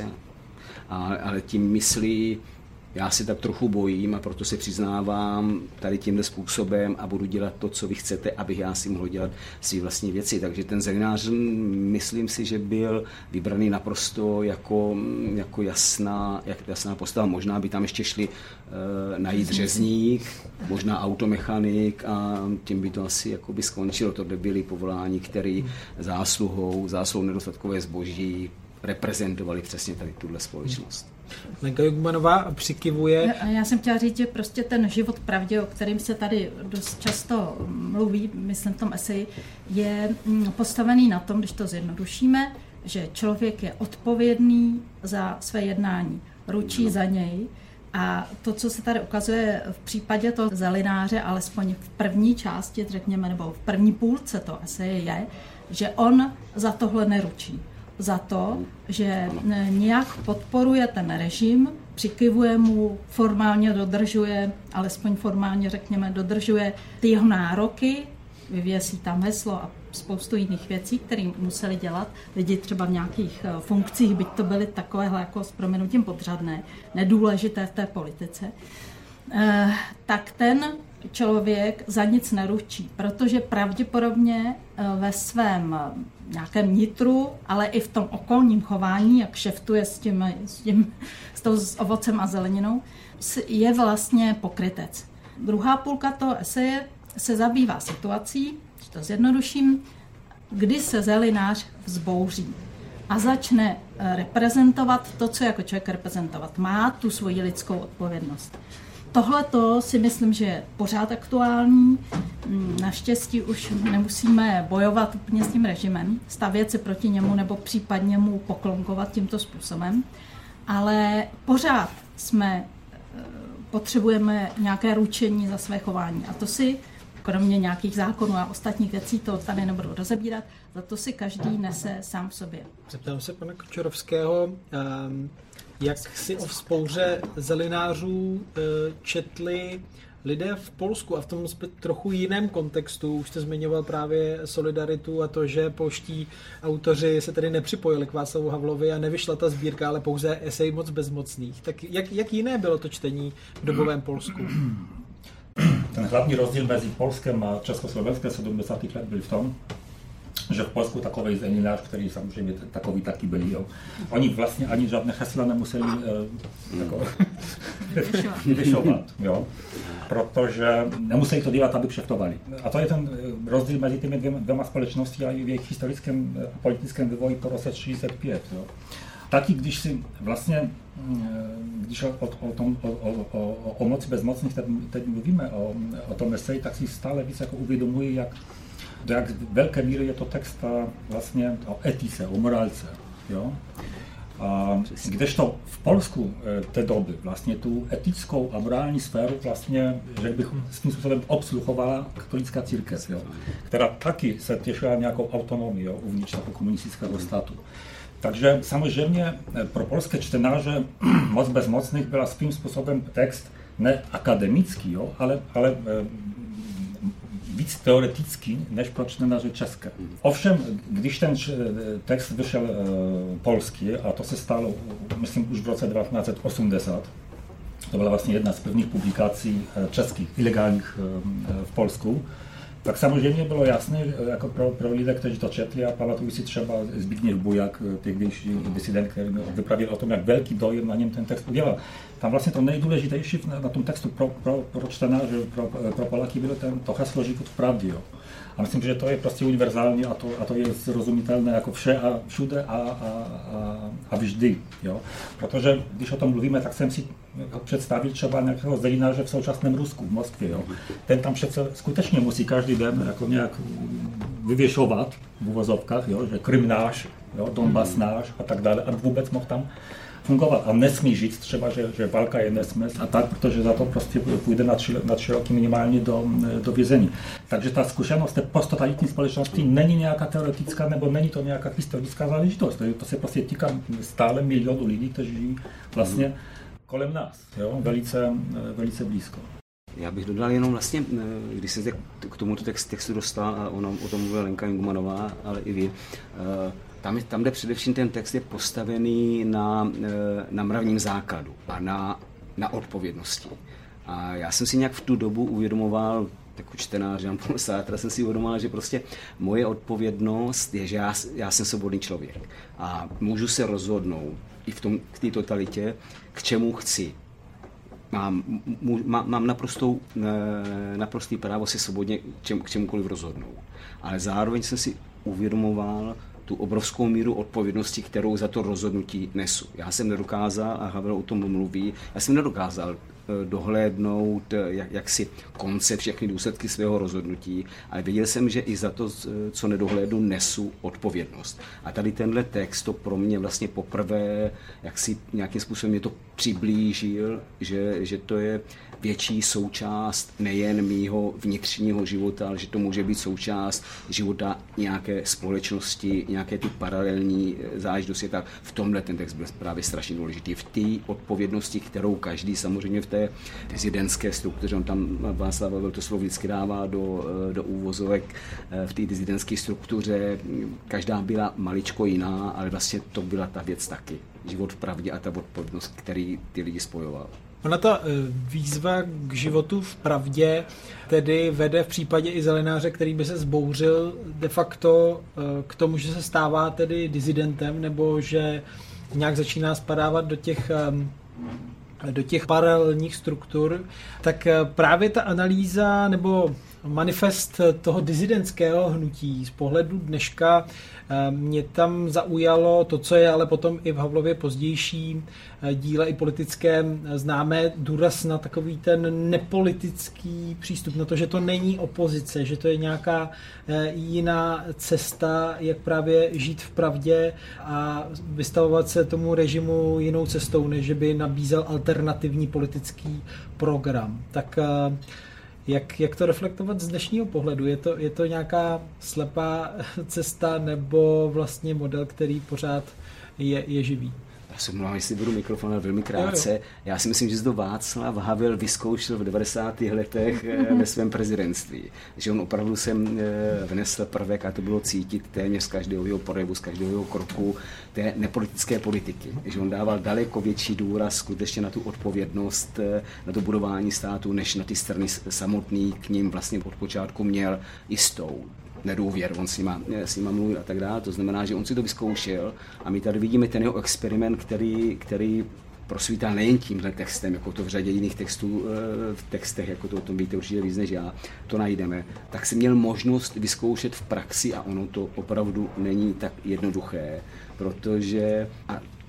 A, ale tím myslí, já si tak trochu bojím a proto se přiznávám tady tímhle způsobem a budu dělat to, co vy chcete, abych já si mohl dělat své vlastní věci. Takže ten Zelinář, myslím si, že byl vybraný naprosto jako, jako jasná, jak, jasná postava. Možná by tam ještě šli uh, najít řezník, možná automechanik a tím by to asi jakoby skončilo. To by byly povolání, které zásluhou, zásluhou nedostatkové zboží reprezentovali přesně tady tuhle společnost. Lenka Jungmanová přikivuje. Já jsem chtěla říct, že prostě ten život pravdě, o kterým se tady dost často mluví, myslím v tom eseji, je postavený na tom, když to zjednodušíme, že člověk je odpovědný za své jednání, ručí no. za něj. A to, co se tady ukazuje v případě toho Zelináře, alespoň v první části, řekněme, nebo v první půlce toho eseje je, že on za tohle neručí. Za to, že nějak podporuje ten režim, přikyvuje mu, formálně dodržuje, alespoň formálně řekněme, dodržuje ty jeho nároky, vyvěsí tam heslo a spoustu jiných věcí, které museli dělat lidi třeba v nějakých funkcích, byť to byly takovéhle jako s prominutím podřadné, nedůležité v té politice, eh, tak ten člověk za nic neručí, protože pravděpodobně ve svém nějakém nitru, ale i v tom okolním chování, jak šeftuje s tím, s tím s tou s ovocem a zeleninou, je vlastně pokrytec. Druhá půlka toho eseje se zabývá situací, když to zjednoduším, kdy se Zelinář vzbouří a začne reprezentovat to, co jako člověk reprezentovat má, tu svoji lidskou odpovědnost. Tohleto si myslím, že je pořád aktuální. Naštěstí už nemusíme bojovat úplně s tím režimem, stavět se proti němu nebo případně mu poklonkovat tímto způsobem, ale pořád jsme, potřebujeme nějaké ručení za své chování. A to si, kromě nějakých zákonů a ostatních věcí, to tady nebudu rozebírat, za to si každý nese sám v sobě. Zeptám se pana Kočorovského, um... jak si o vzpouře zelinářů četli lidé v Polsku a v tom trochu jiném kontextu. Už jste zmiňoval právě solidaritu a to, že polští autoři se tedy nepřipojili k Václavu Havlovi a nevyšla ta sbírka, ale pouze esej Moc bezmocných. Tak jak, jak jiné bylo to čtení v dobovém Polsku? Ten hlavní rozdíl mezi Polskem a Československem sedmdesátých let byl v tom, že v Polsku takový zelinář, který samozřejmě takový taky byli, jo. Oni vlastně ani žádné hesla nemuseli uh, vyšovat, jo. Protože nemuseli to dělat, aby kšeftovali. A to je ten rozdíl mezi těmi dvěma, dvěma společnostmi a jejich historickém a politickém vývoji po roce třicet pět. Jo. taky když si vlastně, když o, o, tom, o, o, o moci bezmocných teď, teď mluvíme, o, o tom eseji, tak si stále víc jako uvědomuji, jak, do jak velké míry je to text vlastně o etice, o morálce. Jo? A kdežto v Polsku té doby vlastně tu etickou a morální sféru vlastně, řekl bych, svým způsobem obsluhovala katolická církev, jo? Která taky se těšila nějakou autonomii uvnitř toho komunistického státu. Takže samozřejmě pro polské čtenáře Moc bezmocných byla svým způsobem text ne akademický, jo? ale, ale víc teoretický než pro čtenáře české. Ovšem, když ten text vyšel uh, polský, a to se stalo, myslím, už v roce devatenáct set osmdesát, to byla vlastně jedna z prvních publikací českých, ilegálních v Polsku, tak samozřejmě bylo jasné, jako pro, pro lidé, kteří to četli, a pamatuju si třeba Zbigniew Bujak, tehdejší disident, který vyprávěl o tom, jak velký dojem na něm ten text udělal. Tam vlastně to nejdůležitější na, na tom textu pro, pro, pro čtenáře, pro, pro Poláky bylo ten, to heslo Život v pravdě. Jo. A myslím, že to je prostě univerzální a to, a to je zrozumitelné jako vše a všude a, a, a, a vždy. Jo. Protože když o tom mluvíme, tak jsem si představil třeba nějakého zelináře v současném Rusku, v Moskvě. Jo. Ten tam přece skutečně musí každý den jako nějak vyvěšovat v uvozovkách, jo, že Krym náš, jo, Donbas náš a tak dále, aby vůbec mohl tam fungovat. A nesmí říct třeba, že, že válka je nesmysl a tak, protože za to prostě půjde nad, nad široký minimálně do, do vězení. Takže ta zkušenost té posttotalitní společnosti není nějaká teoretická nebo není to nějaká historická záležitost. To se prostě týká stále milionů lidí, kteří žijí vlastně kolem nás, jo? Velice, velice blízko. Já bych dodal jenom vlastně, když se k tomuto text, textu dostal, a ono, o tom mluvila Lenka Ingmanová, ale i vy, tam, tam, kde především ten text je postavený na, na mravním základu a na, na odpovědnosti. A já jsem si nějak v tu dobu uvědomoval, jako čtenář Jean-Paul Sartre, jsem si uvědomoval, že prostě moje odpovědnost je, že já, já jsem svobodný člověk a můžu se rozhodnout i v tom, v té totalitě, k čemu chci. Mám, mů, má, mám naprostou, naprostý právo si svobodně čem, k čemukoliv rozhodnout. Ale zároveň jsem si uvědomoval tu obrovskou míru odpovědnosti, kterou za to rozhodnutí nesu. Já jsem nedokázal, a Havel o tom mluví, já jsem nedokázal dohlédnout, jak, jak si konce všechny důsledky svého rozhodnutí, ale věděl jsem, že i za to, co nedohlédnu, nesu odpovědnost. A tady tenhle text to pro mě vlastně poprvé, jak si nějakým způsobem mě to přiblížil, že, že to je větší součást nejen mýho vnitřního života, ale že to může být součást života nějaké společnosti, nějaké ty paralelní záležitosti. Tak v tomhle ten text byl právě strašně důležitý. V té odpovědnosti, kterou každý samozřejmě v té dizidentské struktuře, on tam Václav Havel to slovo vždycky dává do, do úvozovek, v té dizidentské struktuře každá byla maličko jiná, ale vlastně to byla ta věc taky. Život v pravdě a ta odpovědnost, který ty lidi spojoval. Ona ta výzva k životu v pravdě tedy vede v případě i zelenáře, který by se zbouřil de facto k tomu, že se stává tedy dizidentem nebo že nějak začíná spadávat do těch do těch paralelních struktur, tak právě ta analýza nebo manifest toho dizidentského hnutí z pohledu dneška mě tam zaujalo to, co je ale potom i v Havlově pozdější díle i politickém známé, důraz na takový ten nepolitický přístup, na to, že to není opozice, že to je nějaká jiná cesta, jak právě žít v pravdě a vystavovat se tomu režimu jinou cestou, než by nabízel alternativní politický program. Tak Jak, jak to reflektovat z dnešního pohledu? Je to, je to nějaká slepá cesta nebo vlastně model, který pořád je, je živý? Já se mluvám, jestli budu mikrofonovat velmi krátce. Jo, jo. Já si myslím, že to Václav Havel vyzkoušel v devadesátých letech ve svém prezidentství. Že on opravdu sem vnesl prvek, a to bylo cítit téměř z každého jeho projevu, z každého jeho kroku té nepolitické politiky. Že on dával daleko větší důraz skutečně na tu odpovědnost, na to budování státu, než na ty strany samotný. K ním vlastně od počátku měl jistou nedůvěr, on s nima, s nima mluvil a tak dále. To znamená, že on si to vyzkoušel a my tady vidíme ten jeho experiment, který, který prosvítal nejen tímhle textem, jako to v řadě jiných textů, v textech, jako to o tom víte určitě víc než já, to najdeme, tak si měl možnost vyzkoušet v praxi a ono to opravdu není tak jednoduché, protože a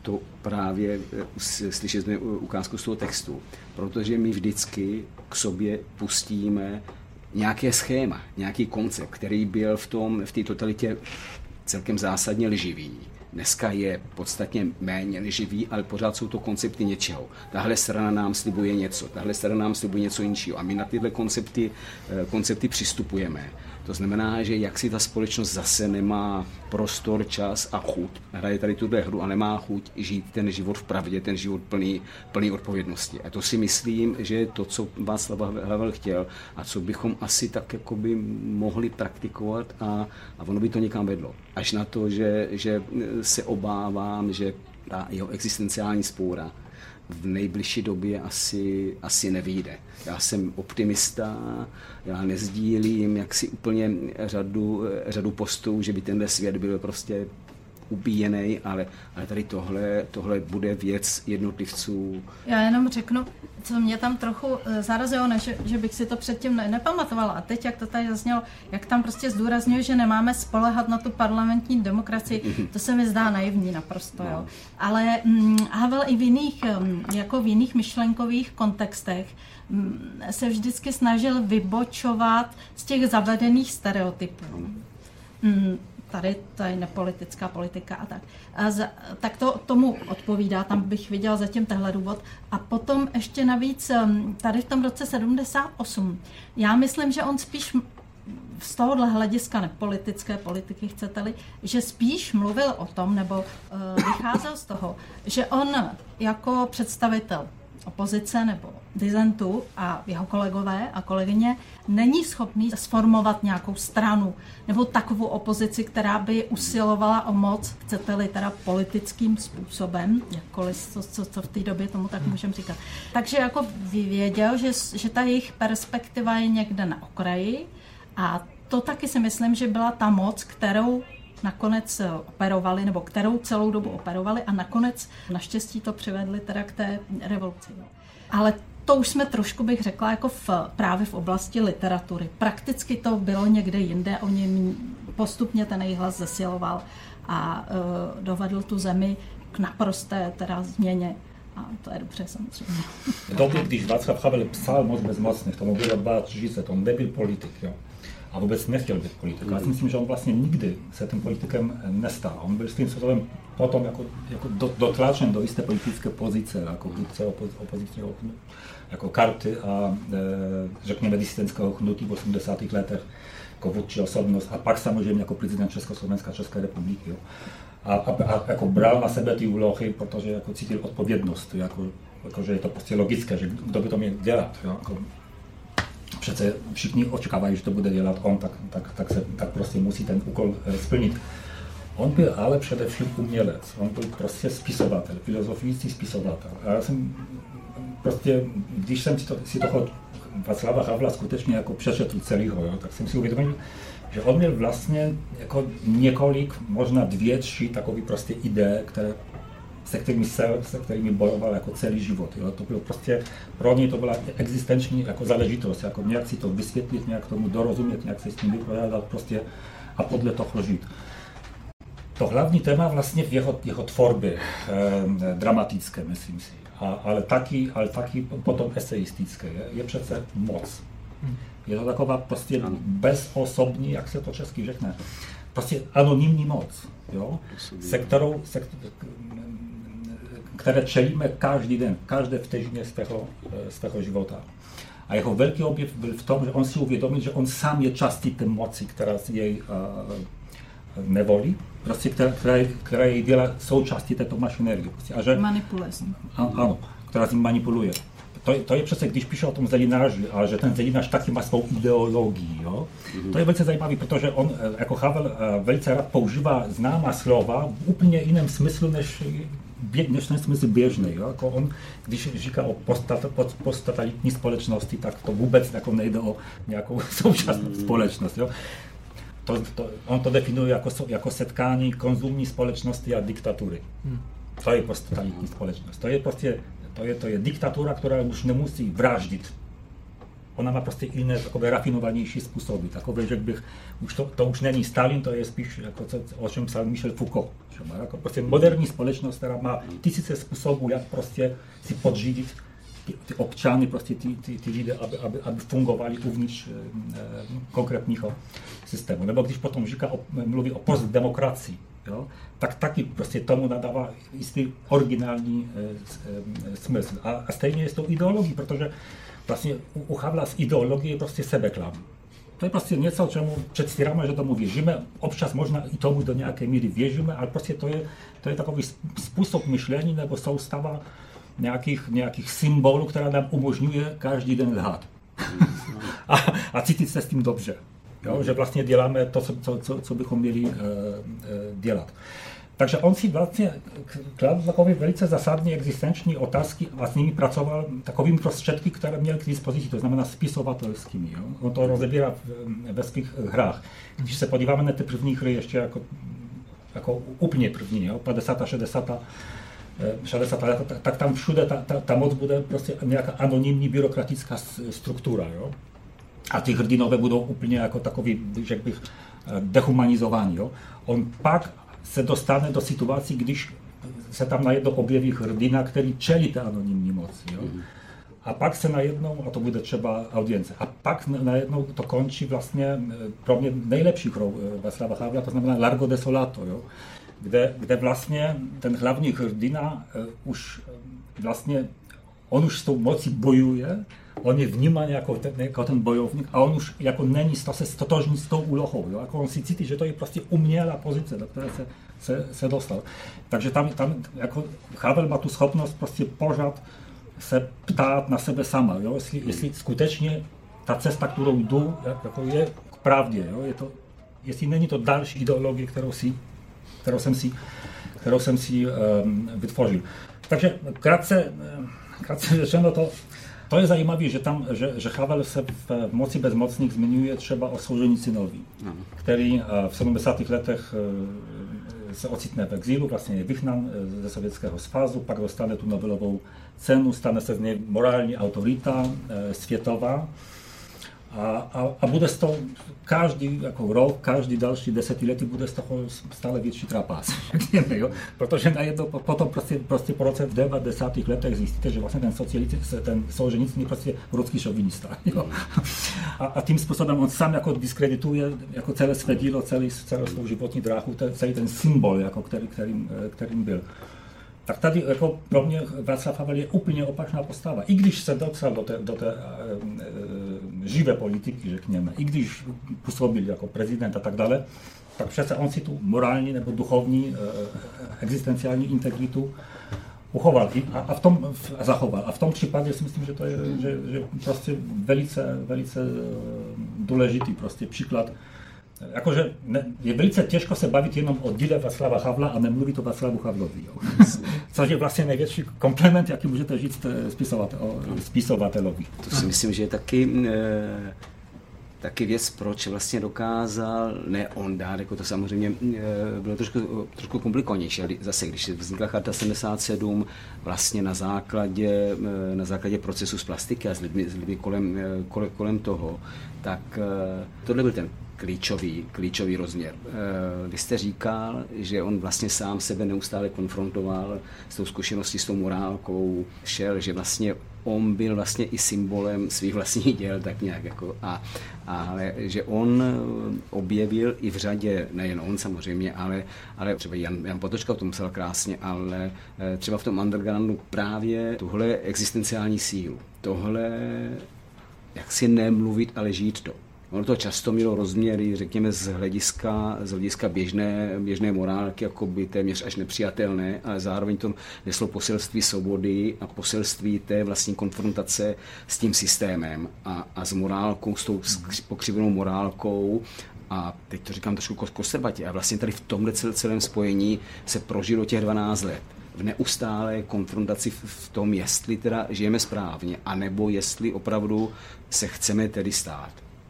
to právě slyšeli jsme ukázku z toho textu, protože my vždycky k sobě pustíme nějaké schéma, nějaký koncept, který byl v tom, v té totalitě celkem zásadně lživý. Dneska je podstatně méně lživý, ale pořád jsou to koncepty něčeho. Tahle strana nám slibuje něco, tahle strana nám slibuje něco jiného a my na tyhle koncepty, koncepty přistupujeme. To znamená, že jak si ta společnost zase nemá prostor, čas a chuť, hraje tady tuhle hru a nemá chuť žít ten život v pravdě, ten život plný, plný odpovědnosti. A to si myslím, že je to, co Václav Havel chtěl a co bychom asi tak jakoby mohli praktikovat a, a ono by to někam vedlo. Až na to, že, že se obávám, že ta jeho existenciální spůra v nejbližší době asi, asi nevyjde. Já jsem optimista, já nezdílím jaksi úplně řadu, řadu postů, že by tenhle svět byl prostě ubíjený, ale, ale tady tohle, tohle bude věc jednotlivců. Já jenom řeknu, co mě tam trochu zarazilo, ne, že, že bych si to předtím ne, nepamatovala. A teď, jak to tady zaznělo, jak tam prostě zdůrazňuje, že nemáme spoléhat na tu parlamentní demokracii, mm-hmm. to se mi zdá naivní naprosto. No. Jo. Ale hm, Havel i v jiných, jako v jiných myšlenkových kontextech hm, se vždycky snažil vybočovat z těch zavedených stereotypů. Hm, tady to je nepolitická politika a tak. A za, tak to tomu odpovídá, tam bych viděla zatím tehle důvod. A potom ještě navíc tady v tom roce sedmdesát osm, já myslím, že on spíš z tohohle hlediska nepolitické politiky, chcete-li, že spíš mluvil o tom, nebo uh, vycházel z toho, že on jako představitel opozice nebo disentu a jeho kolegové a kolegyně není schopný sformovat nějakou stranu nebo takovou opozici, která by usilovala o moc, chcete-li teda politickým způsobem, jakkoliv co, co, co v té době tomu tak můžeme říkat. Takže jako věděl, že, že ta jejich perspektiva je někde na okraji a to taky si myslím, že byla ta moc, kterou nakonec operovali, nebo kterou celou dobu operovali a nakonec naštěstí to přivedli teda k té revoluci. Ale to už jsme trošku, bych řekla, jako v, právě v oblasti literatury. Prakticky to bylo někde jinde, oni postupně ten jejich hlas zesiloval a uh, dovedl tu zemi k naprosté teda změně. A to je dobře samozřejmě. V době, když Václav Havel psal Moc bezmocných, tomu bylo dvacet tři let, on nebyl politik, jo. A vůbec nechtěl být politik. Já si myslím, že on vlastně nikdy se tím politikem nestal. On byl svým způsobem potom jako, jako dotlačen do jisté politické pozice, jako vůdce opozičního jako karty a e, řekněme disidentského hnutí v osmdesátých letech jako vůdčí osobnost a pak samozřejmě jako prezident Československa, České republiky. Jo. A, a, a jako bral na sebe ty úlohy, protože jako cítil odpovědnost, jako, jako, že je to prostě logické, že kdo by to měl dělat. Jo, jako, přece všichni očekávají, že to bude dělat on, tak, tak, tak, se, tak prostě musí ten úkol splnit. On byl ale především umělec, on byl prostě spisovatel, filozofický spisovatel. A já jsem prostě, když jsem si, to, si toho Václava Havla skutečně jako přečetl celýho, jo, tak jsem si uvědomil, že on měl vlastně jako několik, možná dvě, tři takové prostě ideje, které se kterými, se, se kterými bojoval jako celý život. Jo. To bylo prostě, pro něj to byla existenční jako záležitost, jako nějak si to vysvětlit, nějak tomu dorozumět, nějak se s tím vypořádat prostě a podle toho žít. To hlavní téma vlastně v jeho, jeho tvorbě, eh, dramatické, myslím si, a, ale, taky, ale taky potom eseistické, je, je přece moc. Je to taková prostě bezosobní, jak se to česky řekne, prostě anonymní moc, jo, se kterou, se, které čelíme každý den, každé vteřině svého, svého života. A jeho velký objev byl v tom, že on si uvědomil, že on sám je částí té moci, která jej uh, nevolí, prostě která, která, která jej dělá součástí této mašinérie. Prostě. A že, manipuluje. Ano, která s ním manipuluje. To, to je přece, když píše o tom Zelináři, ale že ten Zelinář taky má svou ideologii. Jo? Mm-hmm. To je velice zajímavé, protože on jako Havel velice rád používá známá slova v úplně jiném smyslu, než, než ten smysl běžný. Jo? Jako on, když říká o posttotalitní společnosti, tak to vůbec jako nejde o nějakou současnou mm-hmm. společnost. Jo? To, to, on to definuje jako, jako setkání konzumní společnosti a diktatury. Mm. To je posttotalitní společnost. To je prostě To je, to je diktatura, která už nemusí vraždit ona má prostě jiné, takové rafinovanější způsoby. Takové, že bych, už to, to už není Stalin, to je spíš, jako co, o čem psal Michel Foucault. Že má jako prostě moderní společnost, která má tisíce způsobů, jak prostě si podřídit ty, ty občany, prostě ty, ty, ty lidé, aby, aby, aby fungovali uvnitř eh, konkrétního systému. Nebo když potom říká, o, mluví o postdemokracii, jo, tak taky prostě tomu nadává jistý originální e, e, smysl. A, a stejně je to ideologií, protože vlastně u, u Havla z ideologie je prostě sebeklam. To je prostě něco, čemu předstíráme, že tomu věříme. Občas možná i tomu do nějaké míry věříme, ale prostě to je, to je takový způsob myšlení nebo soustava nějakých, nějakých symbolů, která nám umožňuje každý den lhát. A, a cítit se s tím dobře. Jo, že vlastně děláme to, co, co, co bychom měli uh, uh, dělat. Takže on si vlastně kladl takové velice zásadní existenční otázky a s nimi pracoval takovými prostředky, které měl k dispozici, to znamená spisovatelskými. Jo. On to rozebírá ve svých hrách. Když se podíváme na ty první hry ještě jako, jako úplně první, jo, padesátá, šedesátá, šedesátá let, tak, tak tam všude ta, ta, ta moc bude prostě nějaká anonymní byrokratická struktura. Jo. A ty hrdinové budou úplně jako takový, řekl bych, dehumanizovaní. Jo. On pak se dostane do situací, když se tam najednou objeví hrdina, který čelí té anonymní moci. Jo. A pak se najednou, a to bude třeba audience, a pak najednou to končí vlastně pro mě nejlepší hrou Václava Havla, to znamená Largo Desolato, jo, kde, kde vlastně ten hlavní hrdina uh, už vlastně, on už s tou mocí bojuje, on je vnímaný jako ten, jako ten bojovník a on už jako není to se stotožní s tou úlohou, jo? Jako on si cítí, že to je prostě umělá pozice, do které se, se, se dostal. Takže tam, tam jako Havel má tu schopnost prostě pořád se ptát na sebe sama, jo? Jestli, jestli skutečně ta cesta, kterou jdu, jako je k pravdě, jo? Je to, jestli není to další ideologie, kterou, si, kterou jsem si, kterou jsem si um, vytvořil. Takže krátce, krátce řečeno to, to je zajímavé, že tam, že, že Havel se v Moci bezmocných zmiňuje třeba o Solženicinovi, který v sedmdesátých letech se ocitne v exilu, vlastně je vyhnán ze Sovětského svazu, pak dostane tu Nobelovou cenu, stane se z něj morální autorita světová a, a, a bude z toho každý jako rok, každý další desetiletí bude z toho stále větší trapas, jo? Protože najednou potom prostě, prostě po roce v devadesátých letech zjistíte, že vlastně ten socialist, ten Solženicyn je prostě ruský šovinista. Jo? A, a tím způsobem on sám jako diskredituje jako celé své dílo, celý, celou svou životní dráhu, celý ten symbol, jako který, kterým, kterým byl. Tak tady jako pro mě Václav Havel je úplně opačná postava. I když se dopsal do té, do té e, e, živé politiky, řekněme, i když působil jako prezident a tak dále, tak přece on si tu morální nebo duchovní e, existenciální integritu uchoval a, a v tom a zachoval. A v tom případě si myslím, že to je že, že prostě velice, velice důležitý prostě příklad. Jakože ne, je velice těžko se bavit jenom o díle Václava Havla a nemluvit o Václavu Havlovi. Jo. Což je vlastně největší komplement, jaký můžete říct spisovatel, o spisovatelovi. To si myslím, že je taky, e, taky věc, proč vlastně dokázal, ne on dát, jako to samozřejmě e, bylo trošku, trošku komplikovanější. Zase, když vznikla Charta sedmdesát sedm, vlastně na základě, e, na základě procesu z plastiky a s lidmi, s lidmi kolem, e, kolem, kolem toho, tak e, tohle byl ten klíčový, klíčový rozměr. Vy jste říkal, že on vlastně sám sebe neustále konfrontoval s tou zkušeností, s tou morálkou, šel, že vlastně on byl vlastně i symbolem svých vlastních děl, tak nějak jako, a, ale že on objevil i v řadě, nejen on samozřejmě, ale, ale třeba Jan, Jan Potočka o tom psal krásně, ale třeba v tom undergroundu právě tuhle existenciální sílu, tohle, jak si nemluvit, ale žít to. Ono to často mělo rozměry, řekněme, z hlediska, z hlediska běžné, běžné morálky, jako by téměř až nepřijatelné, ale zároveň to neslo poselství svobody a poselství té vlastní konfrontace s tím systémem a, a s morálkou, s tou pokřivenou morálkou. A teď to říkám trošku konservatě. A vlastně tady v tomhle celém spojení se prožilo těch dvanáct let. V neustálé konfrontaci v tom, jestli teda žijeme správně, anebo jestli opravdu se chceme tedy stát.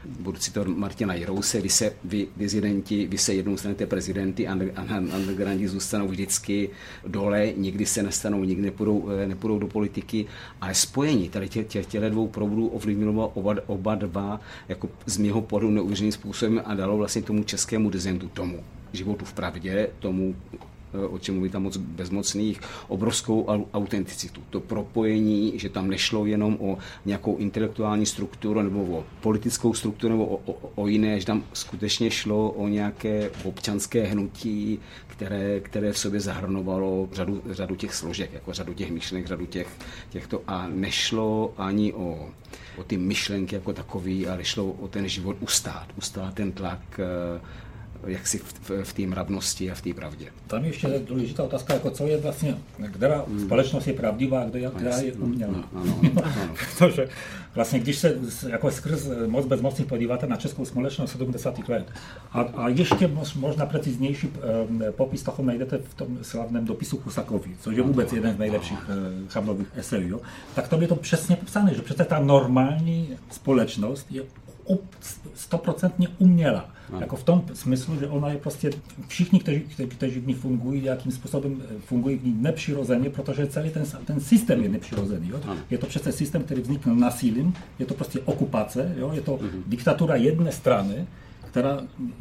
budu citovat Martina Jirouse, vy se, vy dizidenti, vy se jednou stanete prezidenty, undergroundy zůstanou vždycky dole, nikdy se nestanou, nikdy nepůjdou, nepůjdou do politiky, ale spojení tady tě, tě, těle dvou proudů ovlivnilo oba, oba dva jako z mého pohledu neuvěřeným způsobem a dalo vlastně tomu českému dizidentu, tomu životu v pravdě, tomu, o čem mluví tam moc bezmocných, obrovskou autenticitu. To propojení, že tam nešlo jenom o nějakou intelektuální strukturu nebo o politickou strukturu nebo o, o, o jiné, že tam skutečně šlo o nějaké občanské hnutí, které, které v sobě zahrnovalo řadu, řadu těch složek, jako řadu těch myšlenek, řadu těch, těchto a nešlo ani o, o ty myšlenky jako takový, ale šlo o ten život ustát, ustát ten tlak jaksi v, v té mravnosti a v té pravdě. Tam je ještě důležitá otázka, jako co je vlastně, která společnost je pravdivá a která je umělá. Ano, ano. Protože vlastně, když se jako skrz moc bezmocných podíváte na českou společnost sedmdesátých let a, a ještě možná preciznější eh, popis toho najdete v tom slavném dopisu Husakovi, což je vůbec jeden z nejlepších eh, Havlových esejů, tak tam je to přesně popsané, že přece ta normální společnost je stoprocentně umělá. Jako v tom smyslu, že ona je prostě, všichni, kteří, kteří v ní fungují, jakým způsobem fungují v ní nepřirozeně, protože celý ten, ten systém je nepřirozený. Jo? Je to přece systém, který vznikl násilím, je to prostě okupace, jo? Je to mm-hmm. diktatura jedné strany, která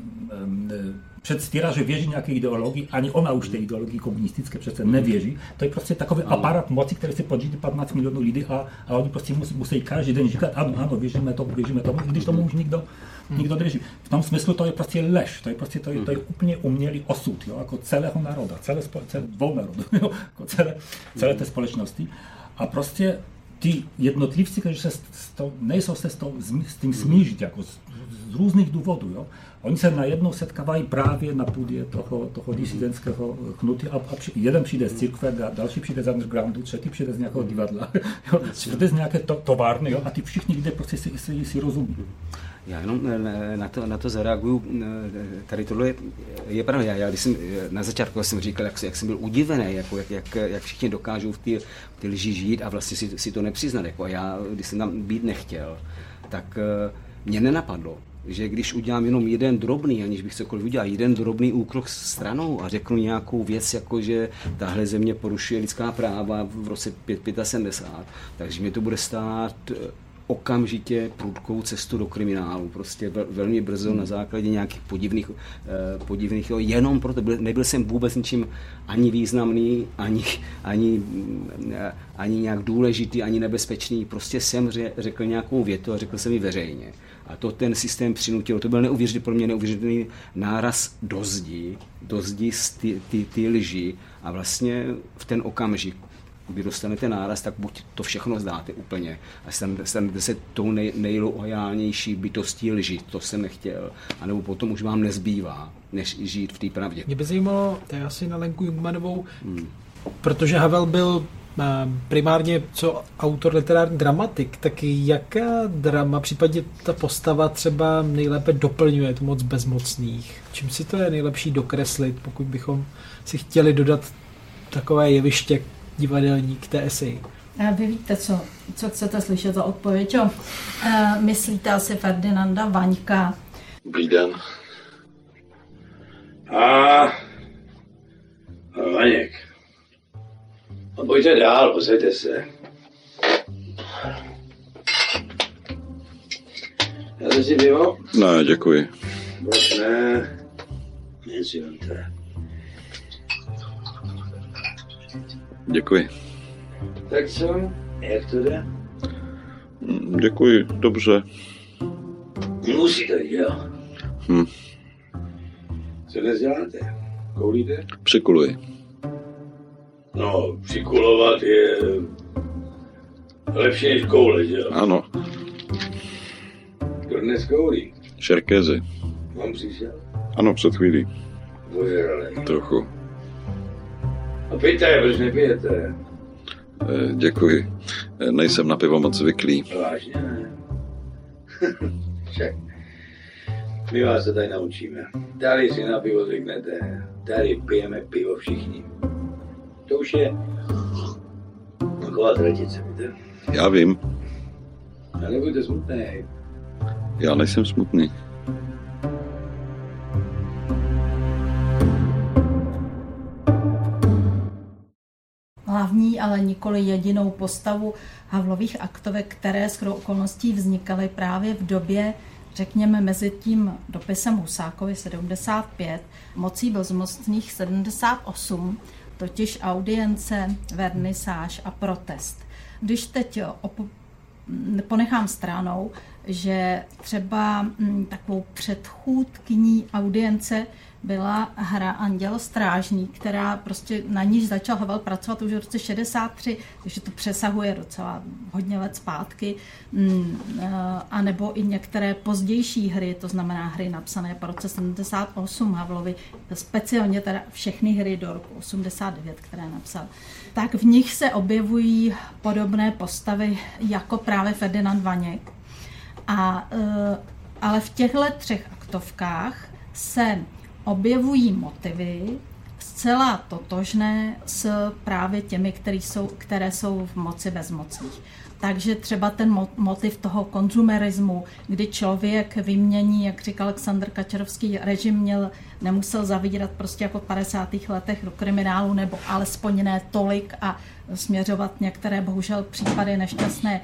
um, předstírá, že věří nějaké ideologii, ani ona už té ideologii komunistické přece nevěří. To je prostě takový aparát moci, který si podřídí patnáct milionů lidí a, a oni prostě musí, musí každý den říkat, ano, ano, věříme tomu, věříme tomu, i když tomu už nikdo, nikdo nevěří. V tom smyslu to je prostě lež, to je prostě to je, to je úplně umělý osud, jo, jako celého národa, celé, celé dvou národů, jo, jako celé, celé té společnosti. A prostě ty jednotlivci, kteří se to, nejsou se s, to, s tím smířit, jako z, z různých důvodů, jo, oni se najednou setkávají právě na půdě toho, toho disidentského hnutí a, a při, jeden přijde z církve, další přijde z undergroundu, třetí přijde z nějakého divadla, jo, čtvrtý z nějaké to, továrny, jo, a ty všichni lidé prostě si, si, si rozumí. Já jenom na to, na to zareaguju. Tady tohle je, je pravda. Já, když jsem na začátku jsem říkal, jak, jak jsem byl udivený, jako, jak, jak, jak všichni dokážou v té v lži žít a vlastně si, si to nepřiznat. Jako, a já, když jsem tam být nechtěl, tak mě nenapadlo, že když udělám jenom jeden drobný, aniž bych cokoliv udělal, jeden drobný úkrok stranou a řeknu nějakou věc, jako že tahle země porušuje lidská práva v roce sedmdesát pět, takže mě to bude stát okamžitě prudkou cestu do kriminálu, prostě vel, velmi brzo na základě nějakých podivných, eh, podivných jo, jenom proto, byl, nebyl jsem vůbec ničím ani významný, ani, ani, eh, ani nějak důležitý, ani nebezpečný, prostě jsem ře, řekl nějakou větu a řekl jsem ji veřejně. A to ten systém přinutil, to byl neuvěřitelný, pro mě neuvěřitelný náraz do zdi, do zdi z ty, ty, ty lži a vlastně v ten okamžik, kdy dostanete náraz, tak buď to všechno zdáte úplně a stanete se tou nej, nejlojálnější bytostí lži, to jsem nechtěl, anebo potom už vám nezbývá, než žít v té pravdě. Mě by zajímalo, to je asi na Lenku Jungmannovou, hmm. protože Havel byl primárně co autor literární dramatik, tak jaká drama, případně ta postava třeba nejlépe doplňuje tu moc bezmocných? Čím si to je nejlepší dokreslit, pokud bychom si chtěli dodat takové jeviště divadelní k té eseji? Vy víte, co, co chcete slyšet za odpověď, jo? E, myslíte asi Ferdinanda Vaňka. Dobrý den. A Vaněk. A pojďte dál, posaďte se. Dáte si pivo? Ne, děkuji. Proč ne? Nic si vemte. Děkuji. Tak co? Jak to jde? Děkuji, dobře. Musí to jít, jo? Hm. Co dnes děláte? Koulíte? Přikuluji. No, přikulovat je lepší než koule, že jo? Ano. Kdo dnes koulí? Šerkézy. Vám přišel? Ano, před chvílí. Požralej. Trochu. A pijte, proč nepijete? E, děkuji. E, nejsem na pivo moc zvyklý. Vážně ne. Však. My vás se tady naučíme. Tady si na pivo zvyknete. Tady pijeme pivo všichni. To už je taková tradice, víte? Já vím. A nebuďte smutnej. Já nejsem smutný. Hlavní, ale nikoli jedinou postavu Havlových aktovek, které shodou okolností vznikaly právě v době, řekněme, mezi tím dopisem Husákovi sedmdesát pět, Mocí bezmocných sedmdesát osm, totiž audience, vernisáž a protest. Když teď op- ponechám stranou, že třeba takovou předchůdkyní audience byla hra Anděl strážný, která prostě na níž začal Havel pracovat už v roce šedesát tři, takže to přesahuje docela hodně let zpátky, a nebo i některé pozdější hry, to znamená hry napsané po roce sedmdesát osm Havlovi, speciálně teda všechny hry do roku osmdesát devět, které napsal. Tak v nich se objevují podobné postavy jako právě Ferdinand Vaněk. A, ale v těchto třech aktovkách se objevují motivy zcela totožné s právě těmi, které jsou, které jsou v Moci bezmocných. Takže třeba ten motiv toho konzumerismu, kdy člověk vymění, jak říkal Aleksandr Kačerovský, režim měl, nemusel zavírat prostě jako v padesátých letech do kriminálu, nebo alespoň ne tolik a směřovat některé bohužel případy nešťastné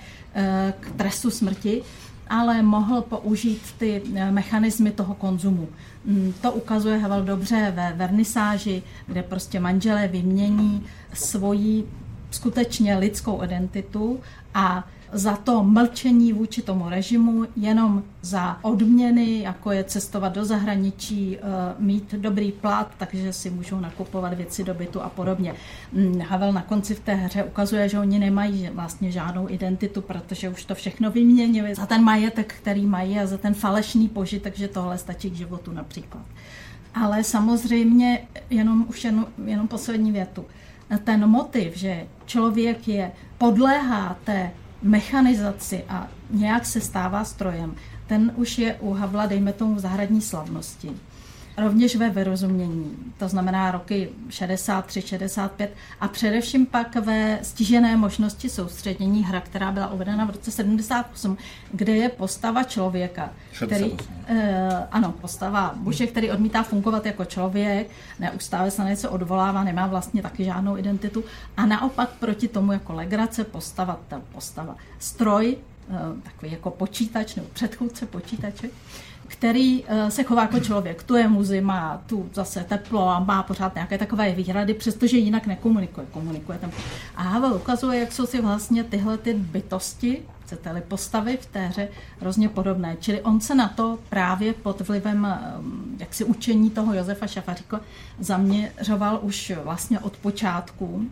k trestu smrti, ale mohl použít ty mechanismy toho konzumu. To ukazuje Havel dobře ve vernisáži, kde prostě manželé vymění svoji skutečně lidskou identitu a za to mlčení vůči tomu režimu, jenom za odměny, jako je cestovat do zahraničí, mít dobrý plat, takže si můžou nakupovat věci do bytu a podobně. Havel na konci v té hře ukazuje, že oni nemají vlastně žádnou identitu, protože už to všechno vyměnili za ten majetek, který mají a za ten falešný požitek, že tohle stačí k životu například. Ale samozřejmě jenom už jenom, jenom poslední větu. Ten motiv, že člověk je podléhá té mechanizaci a nějak se stává strojem, ten už je u Havla, dejme tomu, v Zahradní slavnosti. Rovněž ve Vyrozumění, to znamená roky šedesát tři šedesát pět a především pak ve Stižené možnosti soustředění, hra, která byla uvedena v roce sedmdesát osm, kde je postava člověka, který, eh, ano, postava muže, který odmítá fungovat jako člověk, neustále se na něco odvolává, nemá vlastně taky žádnou identitu a naopak proti tomu jako legrace postava, ta postava stroj, eh, takový jako počítač nebo předchůdce počítače, který se chová jako člověk. Tu je mu zima, tu zase teplo a má pořád nějaké takové výhrady, přestože jinak nekomunikuje. Komunikuje tam. A Havel ukazuje, jak jsou si vlastně tyhle ty bytosti, chcete-li postavy v té hře hrozně podobné. Čili on se na to právě pod vlivem jaksi učení toho Josefa Šafaříka zaměřoval už vlastně od počátku.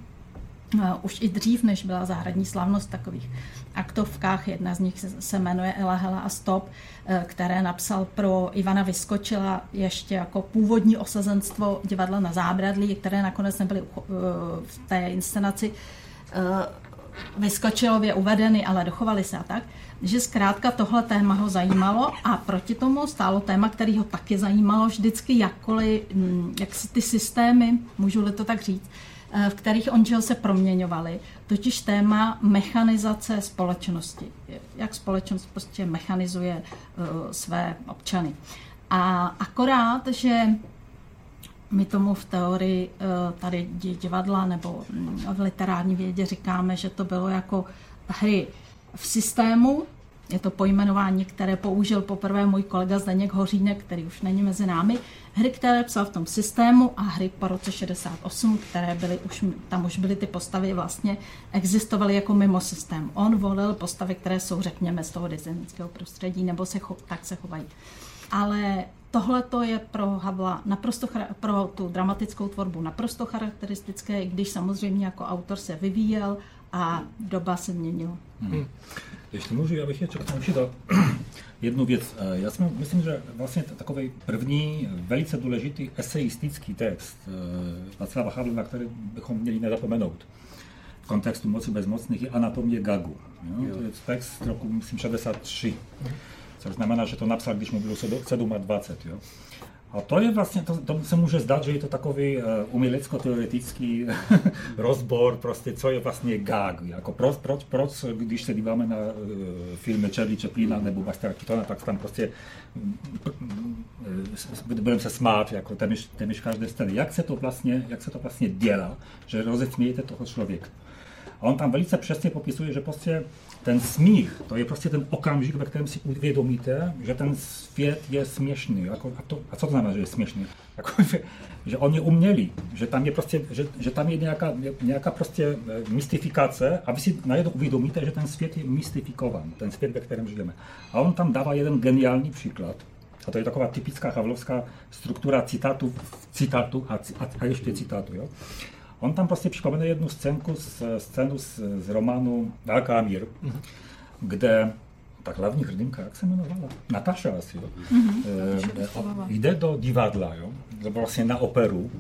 Už i dřív, než byla Zahradní slavnost v takových aktovkách. Jedna z nich se jmenuje Ela, Hela a Stop, které napsal pro Ivana Vyskočila ještě jako původní osazenstvo divadla na Zábradlí, které nakonec nebyly v té inscenaci Vyskočilově uvedeny, ale dochovaly se a tak, že zkrátka tohle téma ho zajímalo a proti tomu stálo téma, který ho taky zajímalo vždycky jakkoliv, jak si ty systémy, můžu-li to tak říct, v kterých on žil, se proměňovaly, totiž téma mechanizace společnosti. Jak společnost prostě mechanizuje uh, své občany. A akorát, že my tomu v teorii uh, tady divadla nebo v literární vědě říkáme, že to bylo jako hry v systému. Je to pojmenování, které použil poprvé můj kolega Zdeněk Hořínek, který už není mezi námi. Hry, které psal v tom systému a hry po roce šedesát osm, které byly už, tam už byly ty postavy vlastně, existovaly jako mimo systém. On volil postavy, které jsou, řekněme, z toho dizidentského prostředí, nebo se cho, tak se chovají. Ale tohle to je pro Havla naprosto, pro tu dramatickou tvorbu naprosto charakteristické, i když samozřejmě jako autor se vyvíjel a doba se měnila. Hmm. Ještě můžu, já bych ještě k tomu přidal jednu věc. Já si myslím, že vlastně takový první velice důležitý eseistický text Václava Havla, který bychom měli nezapomenout v kontextu Moci bezmocných, je Anatomie gagu. Jo? To je text z roku, myslím, šedesát tři. Což znamená, že to napsal, když mu bylo dvacet sedm. Jo? A to je vlastně, to, to se může zdát, že je to takový uh, umělecko-teoretický rozbor, prostě, co je vlastně gag. Jako proč, proč, proč, když se díváme na uh, filmy Charlie Chaplina nebo Bustera Keatona, tak tam prostě uh, budeme se smát, jako téměř, téměř každé scény. Jak se to vlastně, jak se to vlastně dělá, že rozesmějete toho člověka. A on tam velice přesně popisuje, že prostě ten smích, to je prostě ten okamžik, ve kterém si uvědomíte, že ten svět je směšný. Jako, a, to, a co to znamená, že je směšný? Jako, že, že on je umělý, že tam je prostě, že, že tam je nějaká, nějaká prostě mystifikace a vy si najednou uvědomíte, že ten svět je mystifikovan, ten svět, ve kterém žijeme. A on tam dává jeden geniální příklad. A to je taková typická havlovská struktura citátu, citátu a, a, a ještě citátu. Jo? On tam prostě připomene jednu scénku, scénu z, z románu Velká mír, mm-hmm. kde ta hlavní hrdinka, jak se jmenovala? Natáša asi, jo? Mm-hmm. E, jde do divadla, jo? Vlastně na operu.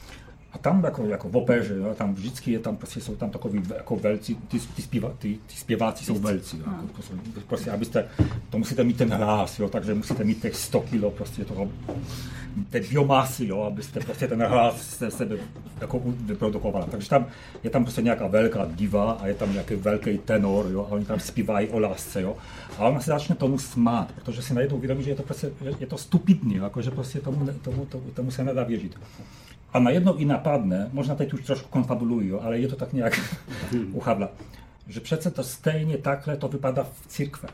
A tam jako, jako v opeře, jo? Tam vždycky je tam, prostě jsou tam takový jako velcí, ty, ty, zpěvá, ty, ty zpěváci jsou velcí. Jo? Jako, prostě, abyste, to musíte mít ten hlas, jo? Takže musíte mít těch sto kilo prostě toho, té biomasy, jo? Abyste prostě ten hlas se sebe jako vyprodukovala. Takže tam je tam prostě nějaká velká diva a je tam nějaký velký tenor, jo? A oni tam zpívají o lásce, jo? A ona se začne tomu smát, protože si najednou uvědomí, že je to, prostě, je to stupidní, jako, že prostě tomu, tomu, tomu, tomu se nedá věřit. A najednou i napadne, možná teď už trošku konfabulují, jo, ale je to tak nějak uchadla, že přece to stejně takhle to vypadá v církve.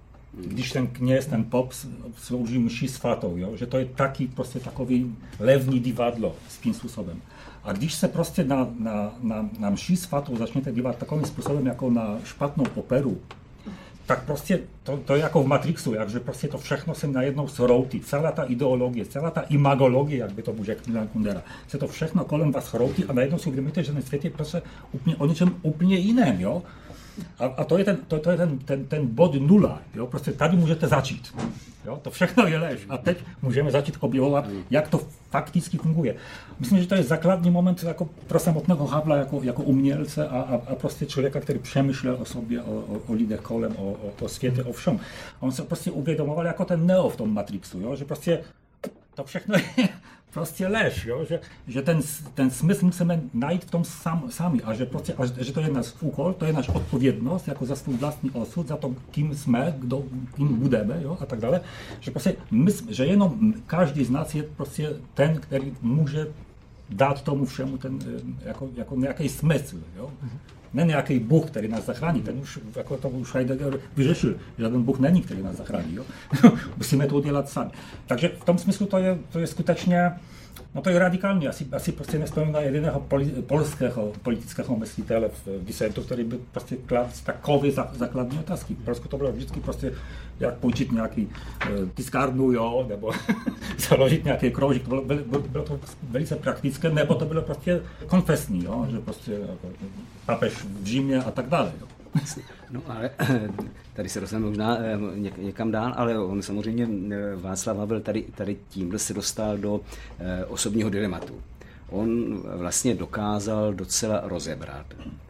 Když ten kněz, ten pop slouží mši svatou, jo, že to je taky prostě takový levný divadlo svým způsobem. A když se prostě na, na, na, na mši svatou začnete dívat takovým způsobem jako na špatnou operu, tak prostě to, to je jako v Matrixu, jakže prostě to všechno se najednou sroutí. Celá ta ideologie, celá ta imagologie, jak by to řekl Milan Kundera, se to všechno kolem vás sroutí a najednou si uvědomíte, že ten svět je prostě úplně o něčem úplně jiném, jo? A, a to je, ten, to, to je ten, ten, ten bod nula, jo? Prostě tady můžete začít. Jo? To všechno je lež. A teď můžeme začít objevovat, jak to fakticky funguje. Myslím, že to je základní moment jako pro samotného Havla jako, jako umělce a, a, a prostě člověka, který přemýšlel o sobě, o, o, o lidech kolem, o, o, o světě, o všem. On se prostě uvědomoval jako ten Neo v tom Matrixu, jo? Že prostě to všechno je prostě lež, jo? Že, že ten, ten smysl musíme najít v tom sam, sami a že, prostě, a že to je náš úkol, to je náš odpovědnost jako za svůj vlastní osud, za to, kým jsme, kdo, kým budeme, jo? A tak dále. Že, prostě my, že jenom každý z nás je prostě ten, který může dát tomu všemu ten, jako, jako nějaký smysl. Jo? Ne nějaký Bůh, který nás zachrání, ten už, jako to už Heidegger vyřešil, žádný Bůh není, který nás zachrání, jo? Musíme to udělat sami. Takže v tom smyslu to je, to je skutečně, no to je radikální, asi, asi prostě nespomínám na jediného poli, polského politického myslitele v disentu, který by prostě kladl takové základní otázky. V Polsku to bylo vždycky prostě, jak půjčit nějaký e, tiskárnu, jo, nebo založit nějaký kroužek, to bylo, bylo, bylo to velice praktické, nebo to bylo prostě konfesní, jo, že prostě jako, papež v Římě a tak dále. Jo. No ale tady se dostaneme možná někam dál, ale on samozřejmě Václav Havel tady, tady tímhle se dostal do osobního dilematu. On vlastně dokázal docela rozebrat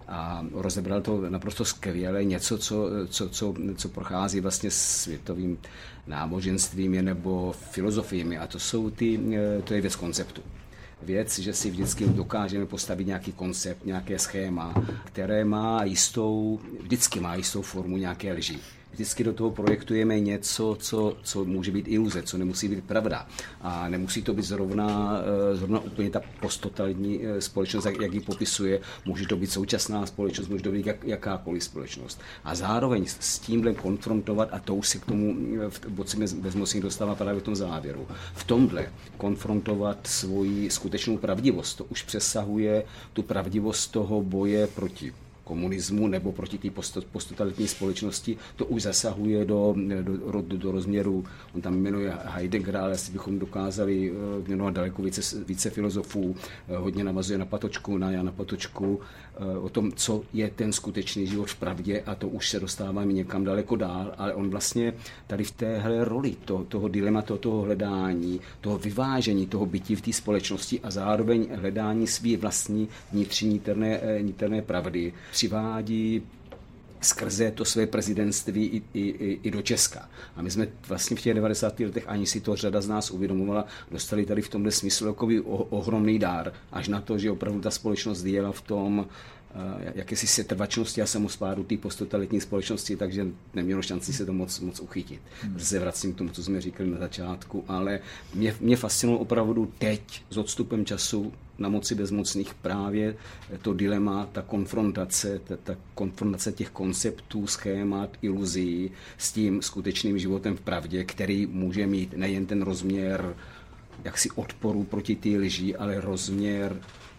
a rozebral to naprosto skvěle, něco, co, co, co, co prochází vlastně světovým náboženstvím nebo filozofiemi a to jsou ty, to je věc konceptu. Věc, že si vždycky dokážeme postavit nějaký koncept, nějaké schéma, které má jistou, vždycky má jistou formu nějaké lži. Vždycky do toho projektujeme něco, co, co může být iluze, co nemusí být pravda. A nemusí to být zrovna, zrovna úplně ta posttotalitní společnost, jak, jak ji popisuje. Může to být současná společnost, může to být jak, jakákoliv společnost. A zároveň s tímhle konfrontovat, a to už se k tomu v boci bezmocných dostává právě v tom závěru, v tomhle konfrontovat svoji skutečnou pravdivost. To už přesahuje tu pravdivost toho boje proti komunismu nebo proti té posttotalitní společnosti, to už zasahuje do, do, do, do rozměru, on tam jmenuje Heideggera, ale asi bychom dokázali jmenovat daleko více, více filozofů, hodně navazuje na Patočku, na Jana Patočku, o tom, co je ten skutečný život v pravdě a to už se dostáváme někam daleko dál, ale on vlastně tady v téhle roli to, toho dilematu, toho hledání, toho vyvážení, toho bytí v té společnosti a zároveň hledání své vlastní vnitřní niterné, niterné pravdy přivádí skrze to své prezidentství i, i, i do Česka. A my jsme vlastně v těch devadesátých letech, ani si to řada z nás uvědomovala, dostali tady v tomhle smyslu takový ohromný dár, až na to, že opravdu ta společnost jela v tom jakési setrvačnosti a samospádu té posttotalitní společnosti, takže nemělo šanci se to moc, moc uchytit. Hmm. Se vracím k tomu, co jsme říkali na začátku, ale mě, mě fascinovalo opravdu teď s odstupem času na moci bezmocných právě to dilema, ta konfrontace, ta, ta konfrontace těch konceptů, schémat, iluzí s tím skutečným životem v pravdě, který může mít nejen ten rozměr jaksi odporu proti té lži, ale rozměr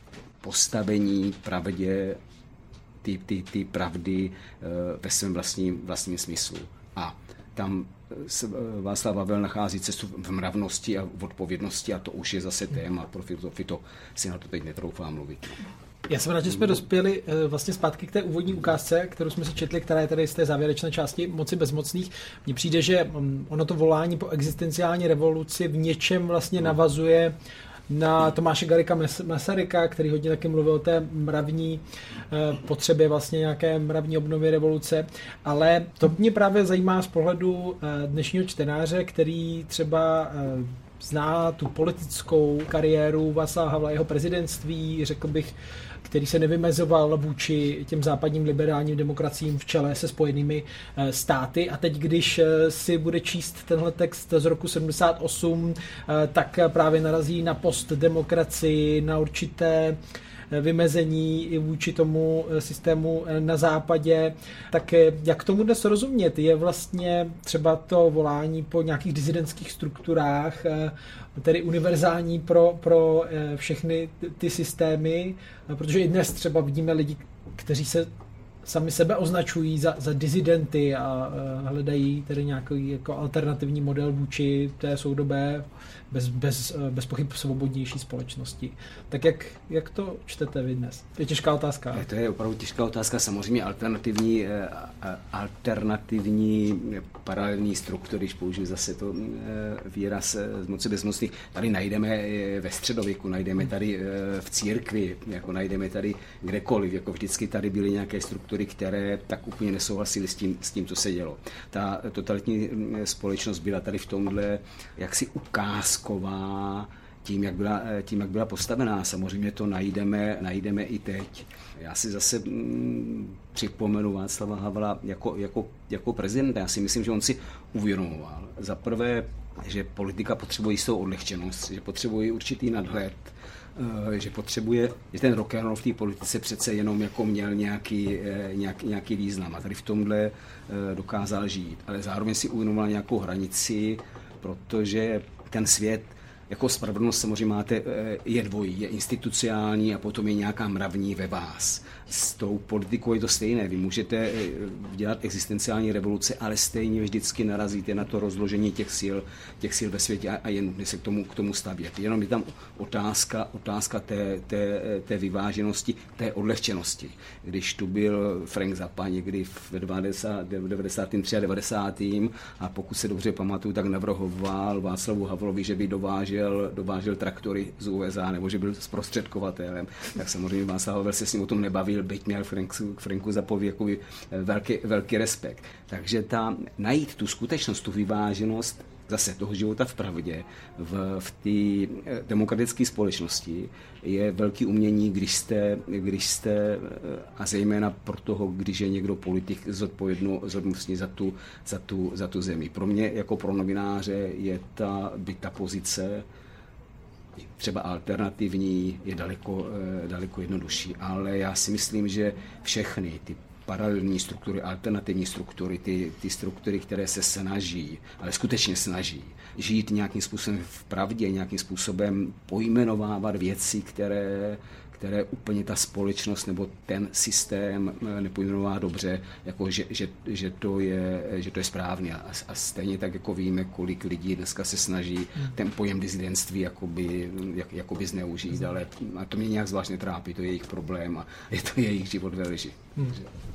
postavení pravdě, ty, ty, ty pravdy ve svém vlastním, vlastním smyslu. A tam Václav Havel nachází cestu v mravnosti a v odpovědnosti a to už je zase téma pro filozofii, to si na to teď netroufám mluvit. Já jsem rád, že jsme dospěli vlastně zpátky k té úvodní ukázce, kterou jsme si četli, která je tady z té závěrečné části Moci bezmocných. Mně přijde, že ono to volání po existenciální revoluci v něčem vlastně navazuje na Tomáše Garrigua Masaryka, který hodně taky mluvil o té mravní potřebě vlastně nějaké mravní obnovy revoluce, ale to mě právě zajímá z pohledu dnešního čtenáře, který třeba zná tu politickou kariéru Václava Havla, jeho prezidentství, řekl bych, který se nevymezoval vůči těm západním liberálním demokraciím v čele se Spojenými státy. A teď, když si bude číst tenhle text z roku sedmdesát osm, tak právě narazí na postdemokracii, na určité vymezení i vůči tomu systému na západě. Tak jak tomu dnes rozumět? Je vlastně třeba to volání po nějakých disidentských strukturách, tedy univerzální pro, pro všechny ty systémy, protože i dnes třeba vidíme lidi, kteří se sami sebe označují za, za disidenty a hledají tedy nějaký jako alternativní model vůči té soudobé bez, bez, bez pochyb svobodnější společnosti. Tak jak, jak to čtete vy dnes? To je těžká otázka. To je opravdu těžká otázka. Samozřejmě alternativní, alternativní paralelní struktury, když použiju zase to výraz z Moci bezmocných, tady najdeme ve středověku, najdeme tady v církvi, jako najdeme tady kdekoliv, jako vždycky tady byly nějaké struktury, které tak úplně nesouhlasily s tím, s tím, co se dělo. Ta totalitní společnost byla tady v tomhle jaksi ukázková tím, jak byla, tím, jak byla postavená. Samozřejmě to najdeme, najdeme i teď. Já si zase mm, připomenu Václava Havla jako, jako, jako prezidenta. Já si myslím, že on si uvědomoval za prvé, že politika potřebuje jistou odlehčenost, že potřebuje určitý nadhled, že potřebuje, že ten rock and roll v té politice přece jenom jako měl nějaký, nějaký, nějaký význam a tady v tomhle dokázal žít, ale zároveň si uvědomoval nějakou hranici, protože ten svět jako spravedlnost samozřejmě máte, je dvojí, je institucionální a potom je nějaká mravní ve vás. S tou politikou je to stejné. Vy můžete dělat existenciální revoluce, ale stejně vždycky narazíte na to rozložení těch sil, těch sil ve světě a je nutné se k tomu, k tomu stavět. Jenom je tam otázka, otázka té, té, té vyváženosti, té odlehčenosti. Když tu byl Frank Zappa někdy v devadesátém třetím a devadesátém a pokud se dobře pamatuju, tak navrhoval Václavu Havlovi, že by dovážel, dovážel traktory z U S A nebo že byl zprostředkovatelem. Tak samozřejmě Václav Havel se s ním o tom nebavil, byť měl Franku, Franku Zappovi jakoby velký, velký respekt. Takže ta, najít tu skutečnost, tu vyváženost zase toho života v pravdě v, v té demokratické společnosti je velký umění, když jste, když jste a zejména pro toho, když je někdo politik zodpovědný za tu, za, tu, za tu zemi. Pro mě jako pro novináře je ta, by ta pozice třeba alternativní, je daleko, daleko jednodušší, ale já si myslím, že všechny ty paralelní struktury, alternativní struktury, ty, ty struktury, které se snaží, ale skutečně snaží žít nějakým způsobem v pravdě, nějakým způsobem pojmenovávat věci, které, které úplně ta společnost nebo ten systém nepojmenová dobře, jako že, že, že, to je, že to je správně. A, a stejně tak jako víme, kolik lidí dneska se snaží ten pojem disidentství jakoby, jak, jakoby zneužít, ale a to mě nějak zvlášť netrápí, to je jejich problém a je to jejich život ve lži. Hmm.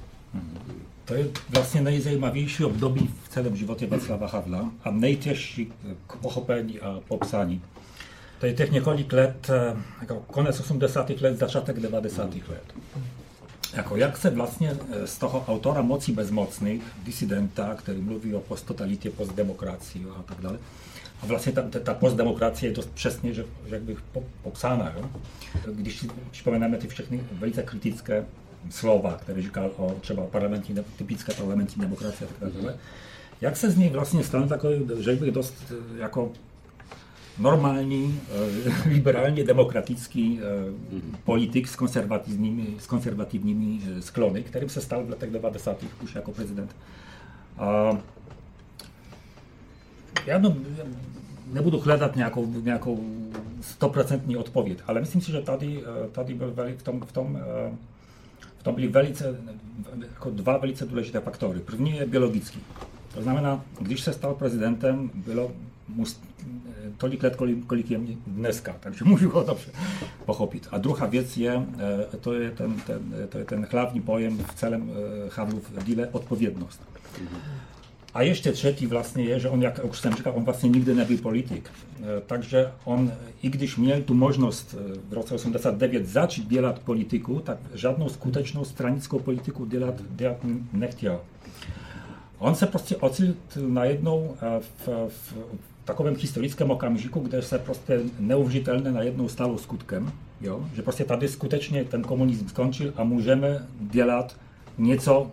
To je vlastně nejzajímavější období v celém životě Václava Havla a nejtěžší k pochopení a popsání. To je těch několik let, jako konec osmdesátých let, začátek devadesátých let. jako jak se vlastně z toho autora Moci bezmocných, disidenta, který mluví o posttotalitě, postdemokracii a tak dále, a vlastně ta, ta postdemokracie je dost přesně, že, že bych popsána. Jo? Když si připomeneme ty všechny velice kritické slova, které říkal o třeba parlamentní, typické parlamentní demokracie a tak dále, jak se z něj vlastně stane takový, že bych dost jako normální, liberálně demokratický politik s konzervativními, s konzervativními sklony, kterým se stal v letech devadesátých už jako prezident. A já no, nebudu hledat nějakou, nějakou stoprocentní odpověď, ale myslím si, že tady, tady byl veli, v, tom, v, tom, v tom byly velice, jako dva velice důležité faktory. První je biologický. To znamená, když se stal prezidentem, bylo mu tolik let, kolik, kolik je mě dneska, takže můžu ho dobře pochopit. A druhá věc je, to je ten, ten, to je ten hlavní pojem v celém Havlův díle, odpovědnost. A ještě třetí vlastně je, že on, jak už jsem říkal, on vlastně nikdy nebyl politik. Takže on, i když měl tu možnost v roce osmdesát devět začít dělat politiku, tak žádnou skutečnou stranickou politiku dělat, dělat nechtěl. On se prostě ocitl najednou v, v takovém historickém okamžiku, kde se prostě neuvěřitelně najednou stalo skutkem, jo? Že prostě tady skutečně ten komunism skončil a můžeme dělat něco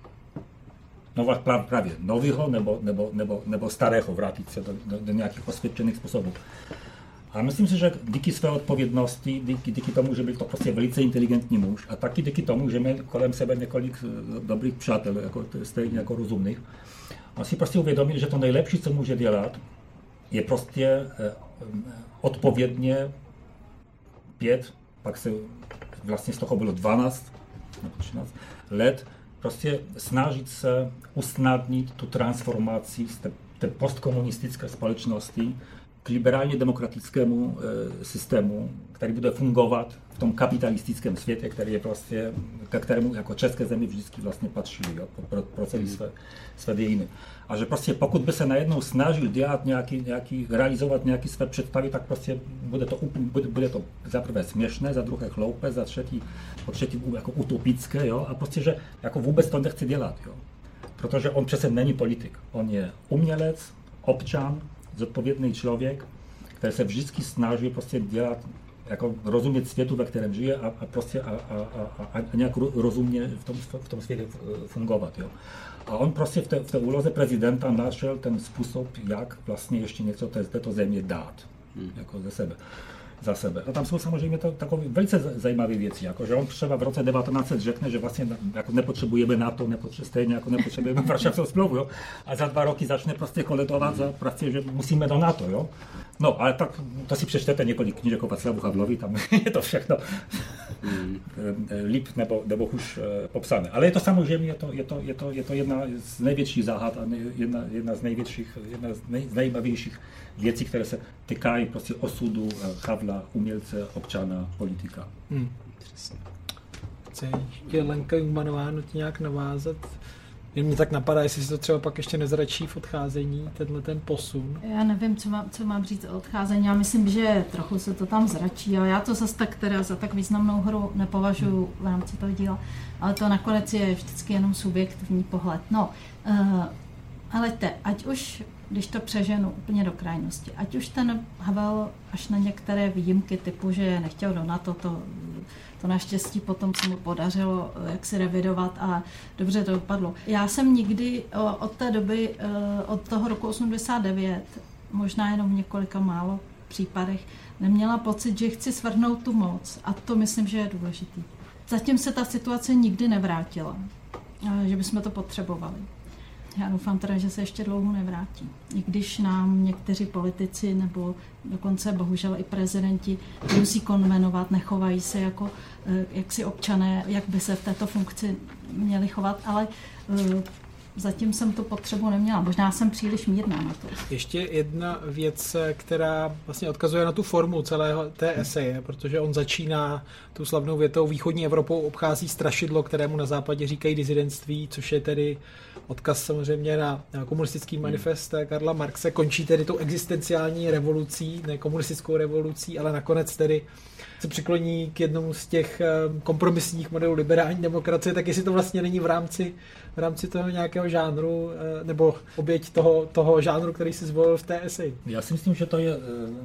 nova, právě nového nebo, nebo, nebo, nebo starého, vrátit se do, do, do nějakých osvědčených způsobů. A myslím si, že díky své odpovědnosti, díky, díky tomu, že byl to prostě velice inteligentní muž a taky díky tomu, že měl kolem sebe několik dobrých přátel, jako, stejně jako rozumných, on si prostě uvědomil, že to nejlepší, co může dělat, je prostě eh, odpovědně pět, pak se vlastně z toho bylo dvanáct nebo třináct let, prostě snažit se usnadnit tu transformaci z té, té postkomunistické společnosti k liberálně demokratickému e, systému, který bude fungovat v tom kapitalistickém světě, který je prostě, ke kterému jako české země vždycky vlastně patřili, jo, pro, pro celé své, své dějiny. A že prostě pokud by se najednou snažil dělat nějaký, nějaký, realizovat nějaké své představy, tak prostě bude to, bude, bude to za prvé směšné, za druhé hloupé, za třetí, po třetí jako utopické, jo, a prostě, že jako vůbec to nechce dělat, jo. Protože on přece není politik, on je umělec, občan, zodpovědný člověk, který se vždycky snaží prostě dělat, jako rozumět světu, ve kterém žije a, a prostě a, a, a, a nějak rozumně v tom, v tom světě fungovat. Jo. A on prostě v té, v té úloze prezidenta našel ten způsob, jak vlastně ještě něco té, této země dát, hmm. jako ze sebe. za sebe. A tam jsou samozřejmě to, takové velice zajímavé věci, jako že on třeba v roce devatenáct set řekne, že vlastně jako nepotřebujeme NATO, nepotřebujeme, stejně jako nepotřebujeme Varšavskou smlouvu, jo? A za dva roky začne prostě koledovat, za, prostě, že musíme do NATO. Jo? No, ale tak to si přečtete několik knížek o Václavu Havlovi, tam je to všechno mm. líp nebo, nebo už popsané. Ale je to samozřejmě, je to, je to, je to, je to jedna z největších záhad a jedna, jedna z největších, jedna z nejzajímavějších věcí, které se týkají prostě osudu Havla, umělce, občana, politika. Hmm. Chce ještě Lenka Jungmanová nějak navázat? Mě tak napadá, jestli se to třeba pak ještě nezračí v odcházení, tenhle ten posun. Já nevím, co mám, co mám říct o odcházení. Já myslím, že trochu se to tam zračí, ale já to zase tak teda za tak významnou hru nepovažuji v rámci toho díla. Ale to nakonec je vždycky jenom subjektivní pohled. No, uh, ale te, ať už, když to přeženu úplně do krajnosti, ať už ten Havel až na některé výjimky typu, že nechtěl do NATO, to, to naštěstí potom se mu podařilo jak si revidovat a dobře to dopadlo. Já jsem nikdy od té doby, od toho roku osmdesát devět, možná jenom v několika málo případech, neměla pocit, že chci svrhnout tu moc a to myslím, že je důležitý. Zatím se ta situace nikdy nevrátila, že bychom to potřebovali. Já doufám teda, že se ještě dlouho nevrátí. I když nám někteří politici nebo dokonce bohužel i prezidenti musí konvenovat, nechovají se jako jaksi občané, jak by se v této funkci měli chovat, ale zatím jsem tu potřebu neměla. Možná jsem příliš mírná na to. Ještě jedna věc, která vlastně odkazuje na tu formu celého té eseje, protože on začíná tu slavnou větou: východní Evropou obchází strašidlo, kterému na západě říkají disidentství, což je tedy odkaz samozřejmě na komunistický manifest Karla Marxe. Končí tedy tou existenciální revolucí, ne komunistickou revolucí, ale nakonec tedy se přikloní k jednomu z těch kompromisních modelů liberální demokracie, tak jestli to vlastně není v rámci, v rámci toho nějakého žánru, nebo oběť toho, toho žánru, který si zvolil v té eseji. Já si myslím, že to je,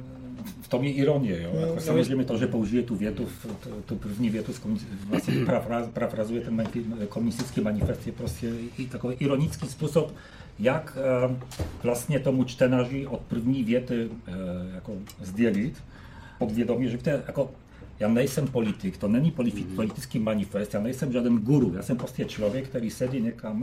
v tom je ironie. Jo? Jako samozřejmě to, že použije tu větu, tu první větu, vlastně parafrazuje ten komunistický manifest, je prostě i takový ironický způsob, jak vlastně tomu čtenáři od první věty jako sdělit podvědomě, že to je jako, já nejsem politik, to není politický manifest, já nejsem žádný guru, já jsem prostě člověk, který sedí někam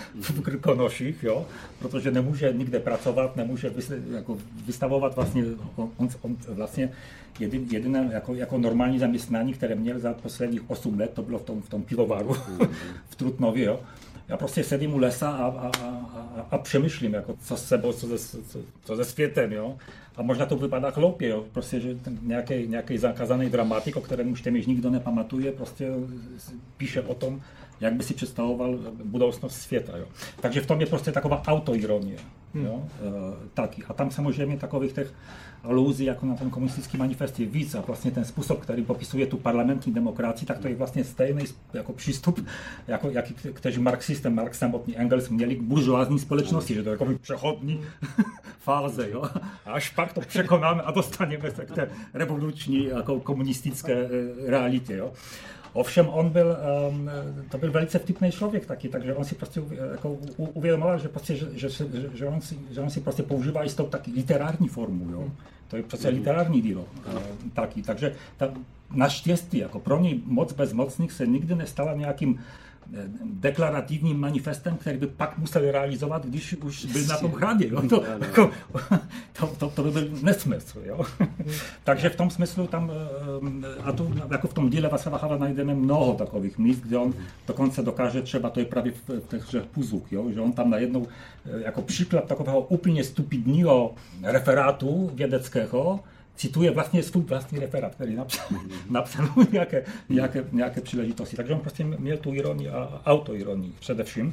v Krkonoších, jo, protože nemůže nikde pracovat, nemůže jako vystavovat vlastně, on, on vlastně jedin, jediné jako, jako normální zaměstnání, které měl za posledních osm let, to bylo v tom, v tom pivovaru v Trutnově, jo. Já prostě sedím u lesa a, a, a, a přemýšlím, jako, co s sebou, co se, co, co se světem, jo. A možná to vypadá chloupě, jo. Prostě, že nějaký, nějaký zakázaný dramatik, o kterém už téměř nikdo nepamatuje, prostě píše o tom, jak by si představoval budoucnost světa, jo. Takže v tom je prostě taková autoironie, jo, hmm. e, taky. A tam samozřejmě takových těch aluzí, jako na ten komunistický manifest, je víc. A vlastně ten způsob, který popisuje tu parlamentní demokracii, tak to je vlastně stejný jako přístup, jako, jaký kteří marxisté, Marx samotný, Engels měli k buržoázní společnosti, že to je jako přechodní fáze, jo. A až pak to překonáme a dostaneme se k té revoluční jako komunistické realitě, jo. Ovšem on byl, um, to byl velice vtipný člověk taky, takže on si prostě jako uvědomoval, že, prostě, že, že, že, že, on si, že on si prostě používá jistou taky literární formu, jo. To je přece literární dílo uh, taky, takže ta, naštěstí jako pro něj Moc bezmocných se nikdy nestala nějakým deklarativním manifestem, který by pak museli realizovat, když už byl na tom hradě. Jo? To, jako, to, to, to by byl nesmysl. Jo? Takže v tom smyslu tam, a to, jako v tom díle Václava Havla najdeme mnoho takových míst, kde on dokonce dokáže, třeba to je právě v těch Puzuk, jo? Že on tam najednou jako příklad takového úplně stupidního referátu vědeckého cituje vlastně svůj vlastní referát, který napsal, napsal nějaké, nějaké, nějaké příležitosti. Takže on prostě měl tu ironii a autoironii především.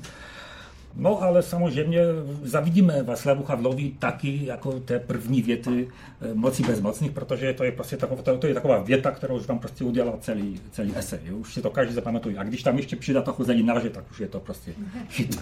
No ale samozřejmě zavidíme Václavu Havlovi taky jako té první věty Moci bezmocných, protože to je prostě taková, to, to je taková věta, kterou už vám prostě udělala celý, celý esej. Jo? Už si to každý zapamatuje. A když tam ještě přidá to chození naže, tak už je to prostě hit.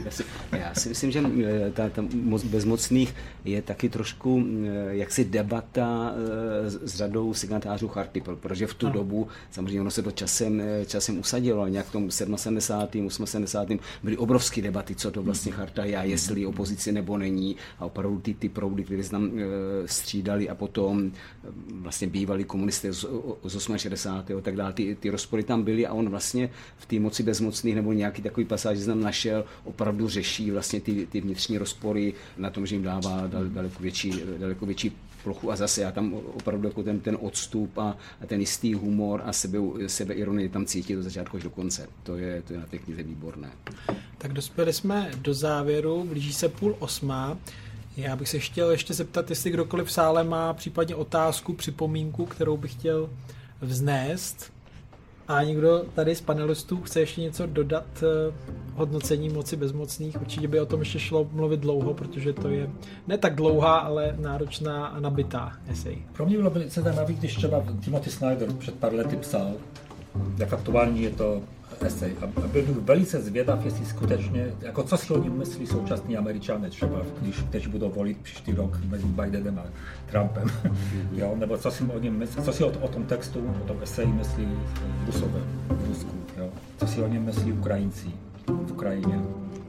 Já si myslím, že ta, ta Moc bezmocných je taky trošku jaksi debata s řadou signatářů charty, protože v tu no. dobu samozřejmě ono se to časem, časem usadilo, nějak v tom sedmdesátém, osmdesátém byly obrovské debaty, co to vlastně charta je, jestli opozice nebo není, a opravdu ty, ty proudy, které se tam e, střídali a potom e, vlastně bývali komunisté z, z šedesátého osmého tak dále, ty, ty rozpory tam byly a on vlastně v té Moci bezmocných nebo nějaký takový pasáž, že tam našel, opravdu řeší vlastně ty, ty vnitřní rozpory na tom, že jim dává dal, daleko větší, daleko větší plochu a zase já tam opravdu jako ten, ten odstup a, a ten jistý humor a sebe, sebeironii tam cítit do začátku až do konce. To je, to je na té knize výborné. Tak dospěli jsme do závěru, blíží se půl osmá. Já bych se chtěl ještě zeptat, jestli kdokoliv v sále má případně otázku, připomínku, kterou bych chtěl vznést. A někdo tady z panelistů chce ještě něco dodat hodnocení Moci bezmocných. Určitě by o tom ještě šlo mluvit dlouho, protože to je ne tak dlouhá, ale náročná a nabitá esej. Pro mě bylo velice zajímavé, když třeba Timothy Snyder před pár lety psal, jak aktuální je to esej. A byl bych velice zvědav, jestli skutečně, jako co si o něm myslí současní Američané třeba, když kteří budou volit příští rok mezi Bidenem a Trumpem. Jo? Nebo co si o něm myslí, co si o, o tom textu, o tom eseji myslí Rusové v Rusku. Jo? Co si o něm myslí Ukrajinci v Ukrajině.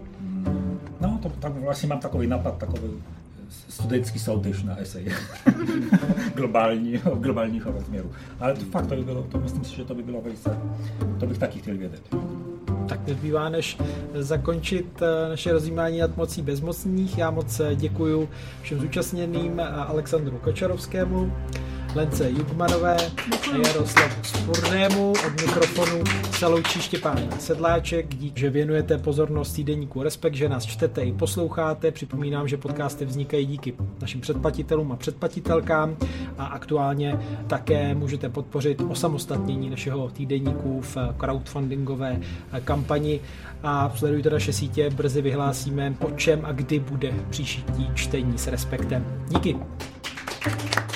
No, to, tak vlastně mám takový nápad, takový studentský soutěž na esej. Globální, globálního rozměru. Ale to fakt to by bylo, to myslím si, že to by bylo velice, to bych taky chtěl vědět. Tak nezbývá, než zakončit naše rozjímání nad Mocí bezmocných. Já moc děkuju všem zúčastněným, Alexandru Kačarovskému, Lence Jugmanové a Jaroslavu Spurnému. Od mikrofonu se loučí Štěpán Sedláček. Dík, že věnujete pozornost týdeníku Respekt, že nás čtete i posloucháte. Připomínám, že podcasty vznikají díky našim předplatitelům a předplatitelkám a aktuálně také můžete podpořit osamostatnění našeho týdeníku v crowdfundingové kampani a sledujte naše sítě, brzy vyhlásíme, po čem a kdy bude příští čtení s Respektem. Díky.